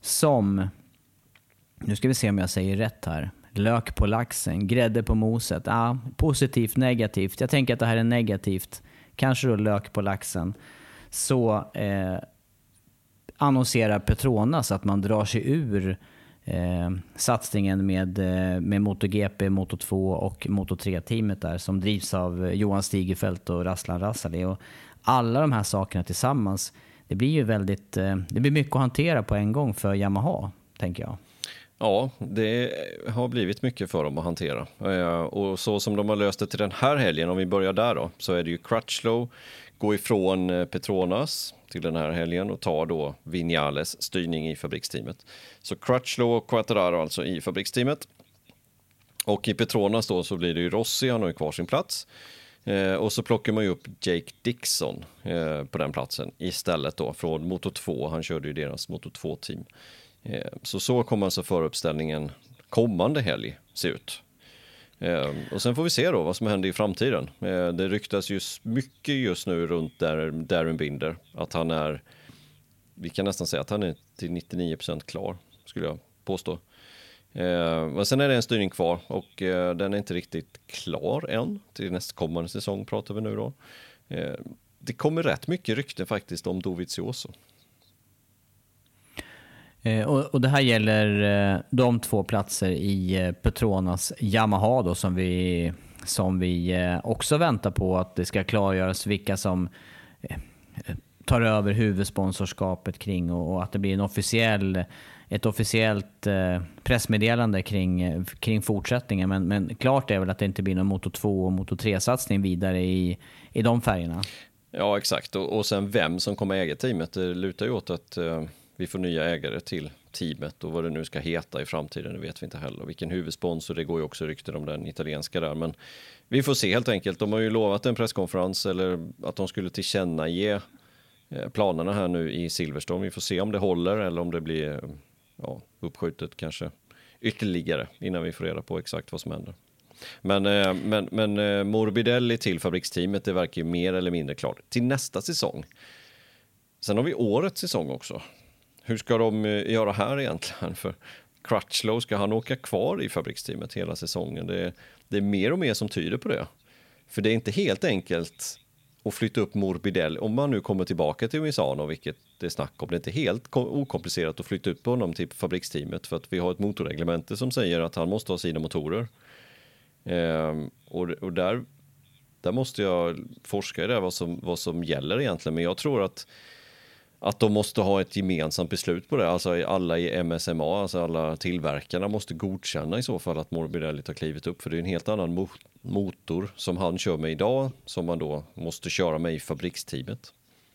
nu ska vi se om jag säger rätt här, lök på laxen, grädde på moset. Positivt, negativt. Jag tänker att det här är negativt. Kanske då lök på laxen. Så annonserar Petronas att man drar sig ur satsningen med MotoGP, Moto2 och Moto3-teamet där, som drivs av Johan Stigerfeldt och Raslan Rassali. Och alla de här sakerna tillsammans, det blir ju det blir mycket att hantera på en gång för Yamaha, tänker jag. Ja, det har blivit mycket för dem att hantera. Och så som de har löst det till den här helgen, om vi börjar där då, så är det ju Crutchlow gå ifrån Petronas till den här helgen och ta då Vinales styrning i fabriksteamet. Så Crutchlow och Quartararo alltså i fabriksteamet. Och i Petronas då så blir det ju Rossi, han har ju kvar sin plats. Och så plockar man ju upp Jake Dixon på den platsen istället då från Moto2. Han körde ju deras Moto2-team. Så kommer alltså föruppställningen kommande helg se ut. Och sen får vi se då vad som händer i framtiden. Det ryktas ju mycket just nu runt Darren Binder, att han är, vi kan nästan säga att han är till 99% klar, skulle jag påstå. Men sen är det en styrning kvar och den är inte riktigt klar än. Till nästkommande säsong pratar vi nu då. Det kommer rätt mycket rykten faktiskt om Dovizioso. Och det här gäller de 2 platser i Petronas Yamaha då, som vi också väntar på att det ska klargöras vilka som tar över huvudsponsorskapet kring, och att det blir ett officiellt pressmeddelande kring fortsättningen. Men klart är väl att det inte blir någon Moto2 och Moto3-satsning vidare i de färgerna. Ja, exakt. Och sen vem som kommer äga teamet, det lutar ju åt att vi får nya ägare till teamet, och vad det nu ska heta i framtiden, det vet vi inte heller. Vilken huvudsponsor, det går ju också rykten om den italienska där. Men vi får se helt enkelt. De har ju lovat en presskonferens, eller att de skulle tillkännage planerna här nu i Silverstone. Vi får se om det håller eller om det blir uppskjutet kanske ytterligare innan vi får reda på exakt vad som händer. Men Morbidelli till fabriksteamet, det verkar ju mer eller mindre klart till nästa säsong. Sen har vi årets säsong också. Hur ska de göra här egentligen? För Crutchlow, ska han åka kvar i fabriksteamet hela säsongen? Det är mer och mer som tyder på det. För det är inte helt enkelt och flytta upp Morbidelli, om man nu kommer tillbaka till Misano, vilket det är snack om, det är inte helt okomplicerat att flytta upp honom till fabriksteamet, för att vi har ett motorreglemente som säger att han måste ha sina motorer. Och där måste jag forska i det, vad som gäller egentligen, men jag tror att de måste ha ett gemensamt beslut på det, alltså alla i MSMA, alltså alla tillverkarna måste godkänna i så fall att Morbidelli har klivit upp, för det är en helt annan motor som han kör med idag som man då måste köra med i fabriksteamet.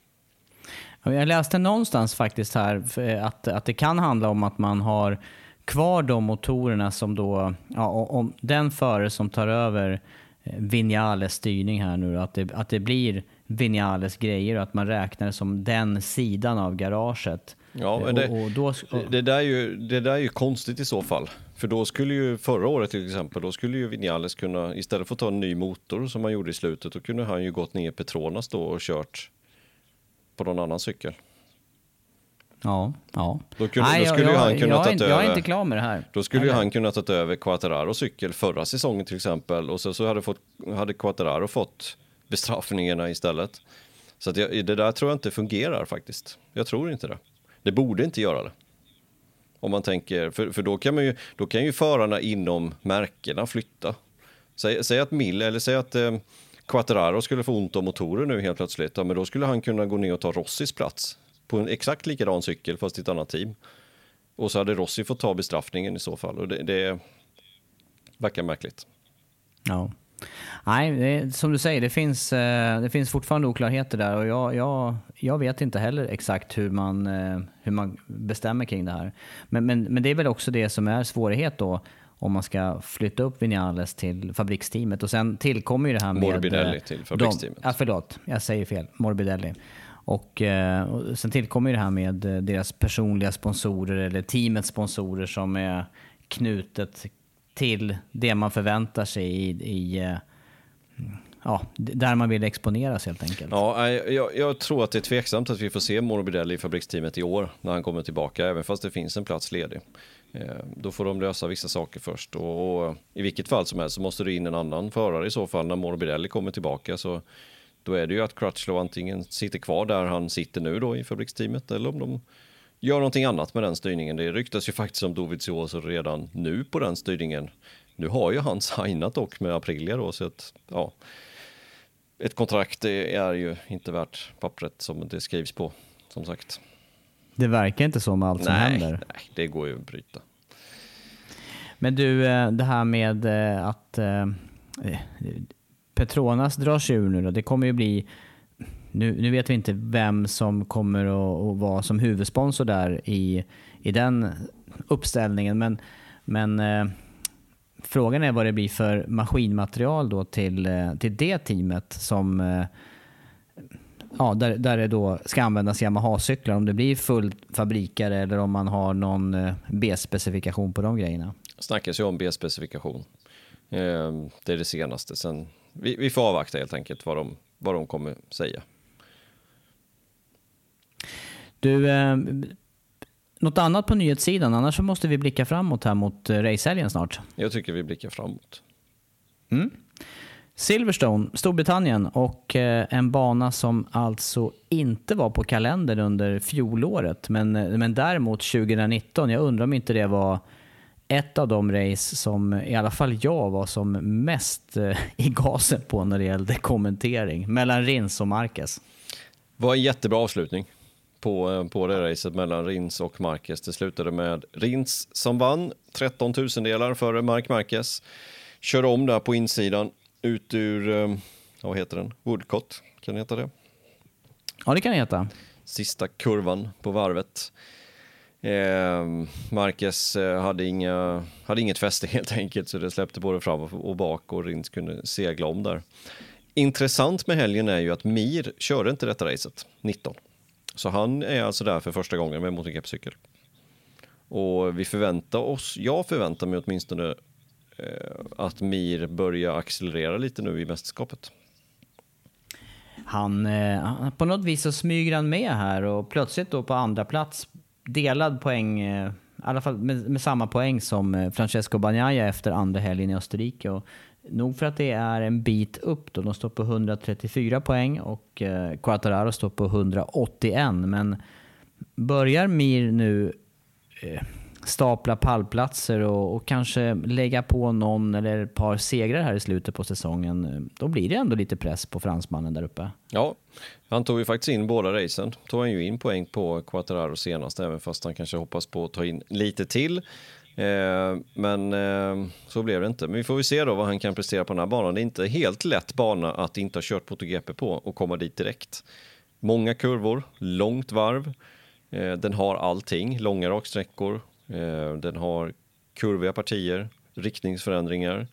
Jag läste någonstans faktiskt här att det kan handla om att man har kvar de motorerna som då, om den förare som tar över Viñales styrning här nu, att det blir Viñales grejer och att man räknar som den sidan av garaget. Ja, men det där är ju konstigt i så fall. För då skulle ju förra året till exempel, då skulle ju Viñales kunna, istället för att ta en ny motor som han gjorde i slutet, då kunde han ju gått ner Petronas då och kört på någon annan cykel. Ja. Jag är inte klar med det här. Då skulle ju han kunna ta över Quartararos cykel förra säsongen till exempel, och så hade Quartararo fått bestraffningarna istället. Så att det där tror jag inte fungerar faktiskt. Jag tror inte det. Det borde inte göra det. Om man tänker, för då kan ju förarna inom märkena flytta. Säg att Quartararo skulle få ont om motorer nu helt plötsligt, men då skulle han kunna gå ner och ta Rossis plats på en exakt likadan cykel fast i ett annat team. Och så hade Rossi fått ta bestraffningen i så fall, och det verkar märkligt. Ja. Nej, som du säger, det finns fortfarande oklarheter där, och jag vet inte heller exakt hur man bestämmer kring det här. Men det är väl också det som är svårighet då, om man ska flytta upp Viñales till fabriksteamet, och sen tillkommer ju det här med Morbidelli till fabriksteamet. Förlåt, jag säger fel. Morbidelli. Och sen tillkommer ju det här med deras personliga sponsorer eller teamets sponsorer som är knutet till det man förväntar sig där man vill exponeras helt enkelt. Ja, jag tror att det är tveksamt att vi får se Morbidelli i fabriksteamet i år när han kommer tillbaka, även fast det finns en plats ledig. Då får de lösa vissa saker först, och i vilket fall som helst så måste det in en annan förare i så fall när Morbidelli kommer tillbaka, så då är det ju att Crutchlow antingen sitter kvar där han sitter nu då i fabriksteamet, eller om de gör någonting annat med den styrningen. Det ryktas ju faktiskt om Dovizioso redan nu på den styrningen. Nu har ju han signat dock med Aprilia då, så att ett kontrakt är ju inte värt pappret som det skrivs på, som sagt. Det verkar inte som allt som händer. Nej, det går ju att bryta. Men du, det här med att Petronas dras ur nu då, det kommer ju bli, nu vet vi inte vem som kommer att vara som huvudsponsor där i den uppställningen, men frågan är vad det blir för maskinmaterial då till det teamet som där det då ska användas Yamaha-cyklar, om det blir full fabrikare eller om man har någon B-specifikation på de grejerna. Snackas ju om B-specifikation. Det är det senaste. Sen vi får avvakta helt enkelt vad de kommer säga. Du, något annat på nyhetssidan? Annars så måste vi blicka framåt här mot racehelgen snart. Jag tycker vi blickar framåt. Silverstone, Storbritannien, och en bana som alltså inte var på kalendern under fjolåret, men däremot 2019. Jag undrar om inte det var ett av de race som i alla fall jag var som mest i gasen på när det gällde kommentering, mellan Rins och Marquez. Det var en jättebra avslutning på det racet mellan Rins och Marquez. Det slutade med Rins som vann 13 tusendelar före Marc Marquez. Kör om där på insidan ut ur, vad heter den? Woodcott, kan det heta det? Ja, det kan det heta. Sista kurvan på varvet. Marquez hade inget fäste helt enkelt, så det släppte både fram och bak, och Rins kunde segla om där. Intressant med helgen är ju att Mir körde inte detta racet 19. Så han är alltså där för första gången med MotoGP-cykel. Och jag förväntar mig åtminstone att Mir börjar accelerera lite nu i mästerskapet. Han på något vis så smyger han med här, och plötsligt då på andra plats, delad poäng, i alla fall med samma poäng som Francesco Bagnaia efter andra helgen i Österrike. Och nog för att det är en bit upp då. De står på 134 poäng och Quartararo står på 181. Men börjar Mir nu stapla pallplatser och kanske lägga på någon eller ett par segrar här i slutet på säsongen, då blir det ändå lite press på fransmannen där uppe. Ja, han tog ju faktiskt in båda racen. Tog han ju in poäng på Quartararo senast, även fast han kanske hoppas på att ta in lite till. Men så blev det inte. Men vi får ju se då vad han kan prestera på den här banan. Det är inte helt lätt bana att inte ha kört MotoGP på och komma dit direkt. Många kurvor, långt varv. Den har allting, långa raksträckor. Den har kurviga partier, riktningsförändringar,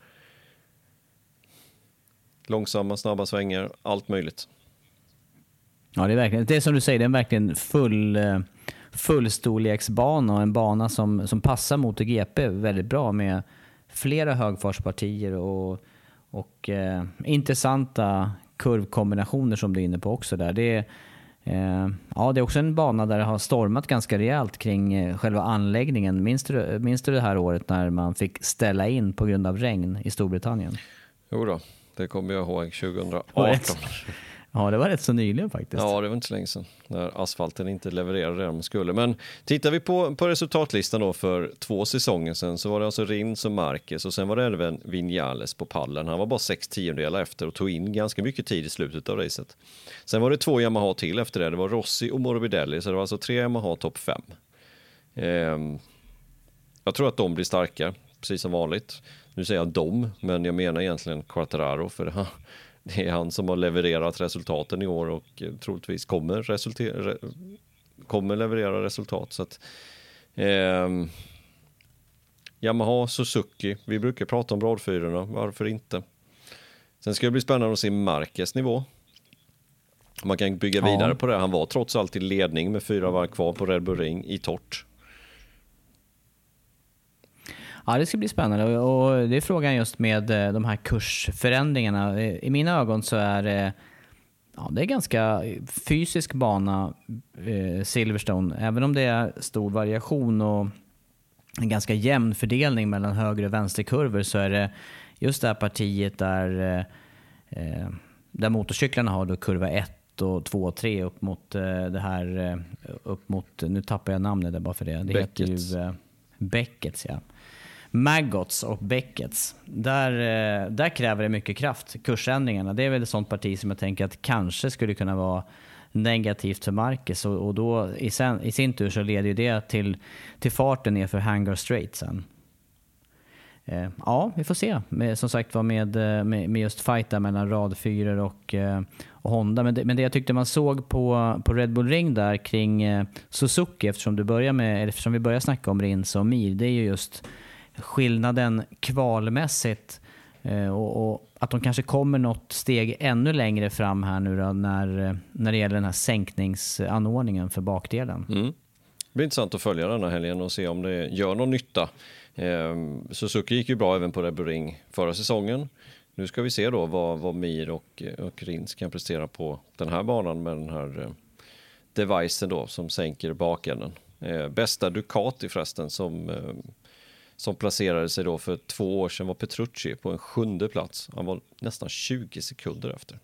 långsamma, snabba svängar, allt möjligt. Ja, det är verkligen, det är som du säger, det är verkligen fullstorleksbana och en bana som passar MotoGP väldigt bra med flera högfartspartier och intressanta kurvkombinationer som du är inne på också där. Det är också en bana där det har stormat ganska rejält kring själva anläggningen. Minns du det här året när man fick ställa in på grund av regn i Storbritannien? Jo då, det kommer jag ihåg 2018. Ja, det var rätt så nyligen faktiskt. Ja, det var inte så länge sedan när asfalten inte levererade det de skulle. Men tittar vi på resultatlistan då för 2 säsonger sedan, så var det alltså Rins och Marquez och sen var det även Viñales på pallen. Han var bara 6/10 efter och tog in ganska mycket tid i slutet av racet. Sen var det 2 Yamaha till efter det. Det var Rossi och Morbidelli, så det var alltså 3 Yamaha topp 5. Jag tror att de blir starka, precis som vanligt. Nu säger jag dem, men jag menar egentligen Quartararo, för det är han som har levererat resultaten i år och troligtvis kommer leverera resultat. Så att, Yamaha, Suzuki, vi brukar prata om bradfyrorna, varför inte? Sen ska det bli spännande att se Marquez nivå. Man kan bygga vidare på det. Han var trots allt i ledning med 4 varv kvar på Red Bull Ring i torrt. Ja, det ska bli spännande och det är frågan just med de här kursförändringarna. I mina ögon så är det är ganska fysisk bana, Silverstone. Även om det är stor variation och en ganska jämn fördelning mellan höger- och vänsterkurvor, så är det just det här partiet där motorcyklarna har då kurva 1 och 2 och 3 upp mot det här, upp mot, nu tappar jag namnet där bara för det. Det heter ju Becketts, ja. Maggots och Becketts. Där kräver det mycket kraft. Kursändringarna, det är väl ett sånt parti som jag tänker att kanske skulle kunna vara negativt för Marquez, och då i sin tur så leder ju det till farten ner för Hangar Straight sen. Ja, vi får se. Som sagt var med just fighta mellan radfyror och Honda. Men det jag tyckte man såg på Red Bull Ring där kring Suzuki, eftersom vi börjar snacka om Rins och Mir, det är ju just skillnaden kvalmässigt och att de kanske kommer något steg ännu längre fram här nu då, när det gäller den här sänkningsanordningen för bakdelen. Det blir intressant att följa den här helgen och se om det gör någon nytta. Suzuki gick ju bra även på Red Bull Ring förra säsongen. Nu ska vi se då vad Mir och Rins kan prestera på den här banan med den här devicen då som sänker bakänden. Bästa Ducati förresten som placerade sig då för 2 år sedan var Petrucci på en 7:e plats. Han var nästan 20 sekunder efter.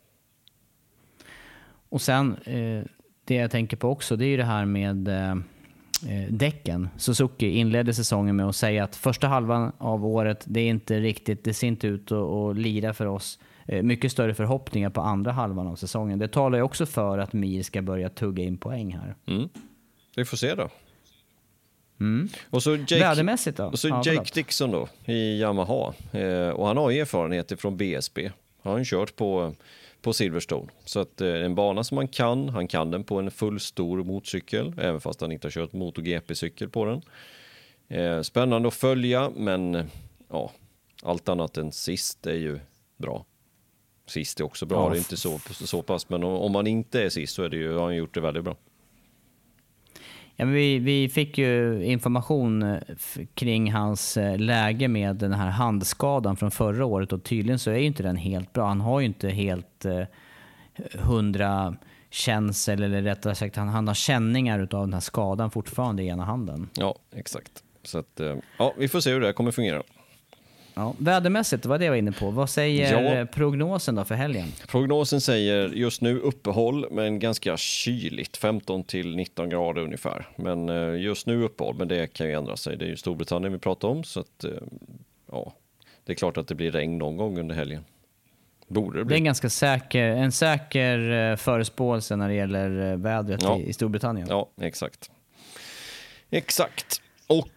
Och sen det jag tänker på också, det är ju det här med däcken. Suzuki inledde säsongen med att säga att första halvan av året, det ser inte ut att lira för oss. Mycket större förhoppningar på andra halvan av säsongen. Det talar ju också för att Mir ska börja tugga in poäng här. Vi får se då. Och så Jake, då? Och så Jake Dixon då i Yamaha. Och han har erfarenheter från BSB. Han har ju kört på Silverstone. Så att en bana som han kan den på en fullstor motorcykel, även fast han inte har kört MotoGP-cykel på den. Spännande att följa, men ja, allt annat än sist är ju bra. Sist är också bra, det är inte så pass, men om man inte är sist så har han gjort det väldigt bra. Ja, men vi fick ju information kring hans läge med den här handskadan från förra året, och tydligen så är ju inte den helt bra. Han har ju inte helt 100 känsel, eller rättare sagt han har känningar utav den här skadan fortfarande i ena handen. Ja, exakt. Så att, vi får se hur det kommer fungera. Ja, vädermässigt, vad det jag var inne på. Vad säger prognosen då för helgen? Prognosen säger just nu uppehåll, men ganska kyligt. 15 till 19 grader ungefär. Men just nu uppehåll, men det kan ju ändra sig. Det är ju Storbritannien vi pratar om. Så att, det är klart att det blir regn någon gång under helgen. Borde det bli. Det är en ganska säker förespåelse när det gäller vädret i Storbritannien. Ja, exakt. Exakt. Och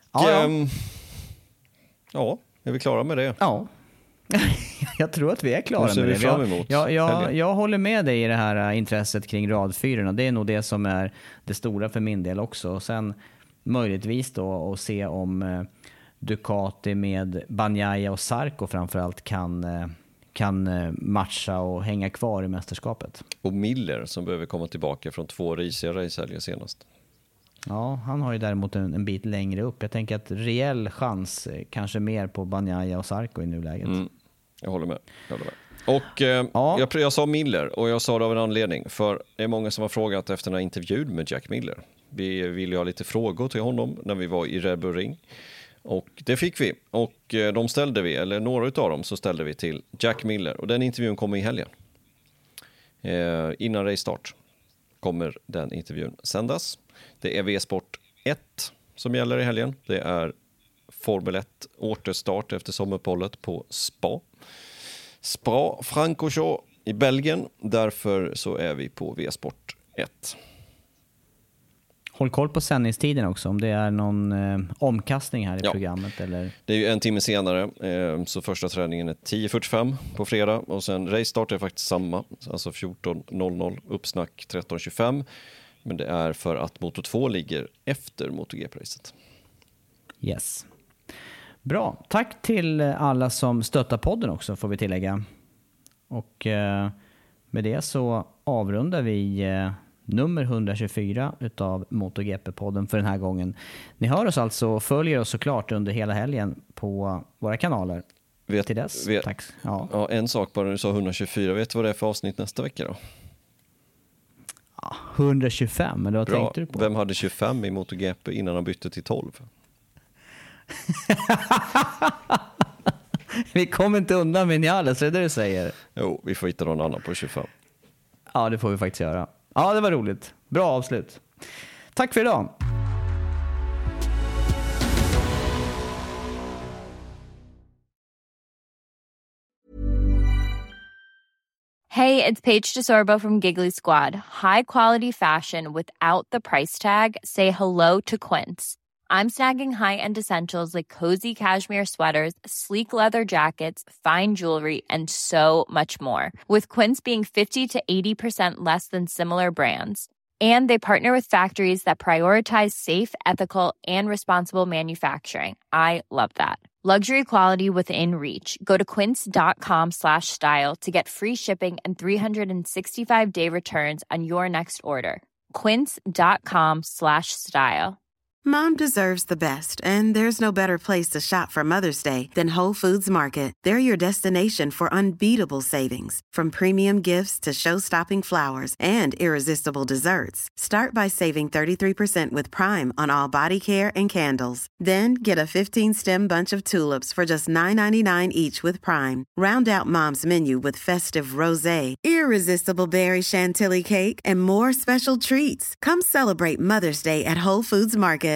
är vi klara med det? Ja. Jag tror att vi är klara med det. Fram emot jag håller med dig i det här intresset kring radfyrorna. Det är nog det som är det stora för min del också. Och sen möjligtvis då att se om Ducati med Bagnaia och Zarco framförallt kan matcha och hänga kvar i mästerskapet. Och Miller som behöver komma tillbaka från 2 risiga racehelger senast. Ja, han har ju däremot en bit längre upp. Jag tänker att rejäl chans kanske mer på Bagnaia och Zarco i nuläget. Jag håller med. Och jag sa Miller och jag sa det av en anledning. För det är många som har frågat efter den här intervjun med Jack Miller. Vi ville ha lite frågor till honom när vi var i Red Bull Ring. Och det fick vi. Och de ställde vi, eller några utav dem så ställde vi till Jack Miller. Och den intervjun kommer i helgen. Innan racestart kommer den intervjun sändas. Det är V-sport 1 som gäller i helgen. Det är Formel 1 återstart efter sommaruppehållet på Spa-Francorchamps i Belgien. Därför så är vi på V-sport 1. Håll koll på sändningstiden också, om det är någon omkastning här i programmet. Eller? Det är ju en timme senare, så första träningen är 10:45 på fredag. Och sen racestart är faktiskt samma, alltså 14:00, uppsnack 13:25. Men det är för att Moto 2 ligger efter MotoGP-racet. Yes. Bra. Tack till alla som stöttar podden också, får vi tillägga. Och med det så avrundar vi nummer 124 utav MotoGP-podden för den här gången. Ni hör oss alltså och följer oss såklart under hela helgen på våra kanaler. Till dess. Tack. Ja, en sak bara, du sa 124. Vet du vad det är för avsnitt nästa vecka då? 125, eller vad tänkte du på? Vem hade 25 i MotoGP innan han bytte till 12? Vi kommer inte undan med Niales, är det du säger? Jo, vi får hitta någon annan på 25. Ja, det får vi faktiskt göra. Ja, det var roligt. Bra avslut. Tack för idag. Hey, it's Paige DeSorbo from Giggly Squad. High quality fashion without the price tag. Say hello to Quince. I'm snagging high-end essentials like cozy cashmere sweaters, sleek leather jackets, fine jewelry, and so much more. With Quince being 50 to 80% less than similar brands. And they partner with factories that prioritize safe, ethical, and responsible manufacturing. I love that. Luxury quality within reach. Go to quince.com/style to get free shipping and 365-day returns on your next order. Quince.com/style. Mom deserves the best, and there's no better place to shop for Mother's Day than Whole Foods Market. They're your destination for unbeatable savings, from premium gifts to show-stopping flowers and irresistible desserts. Start by saving 33% with Prime on all body care and candles. Then get a 15-stem bunch of tulips for just $9.99 each with Prime. Round out Mom's menu with festive rosé, irresistible berry chantilly cake, and more special treats. Come celebrate Mother's Day at Whole Foods Market.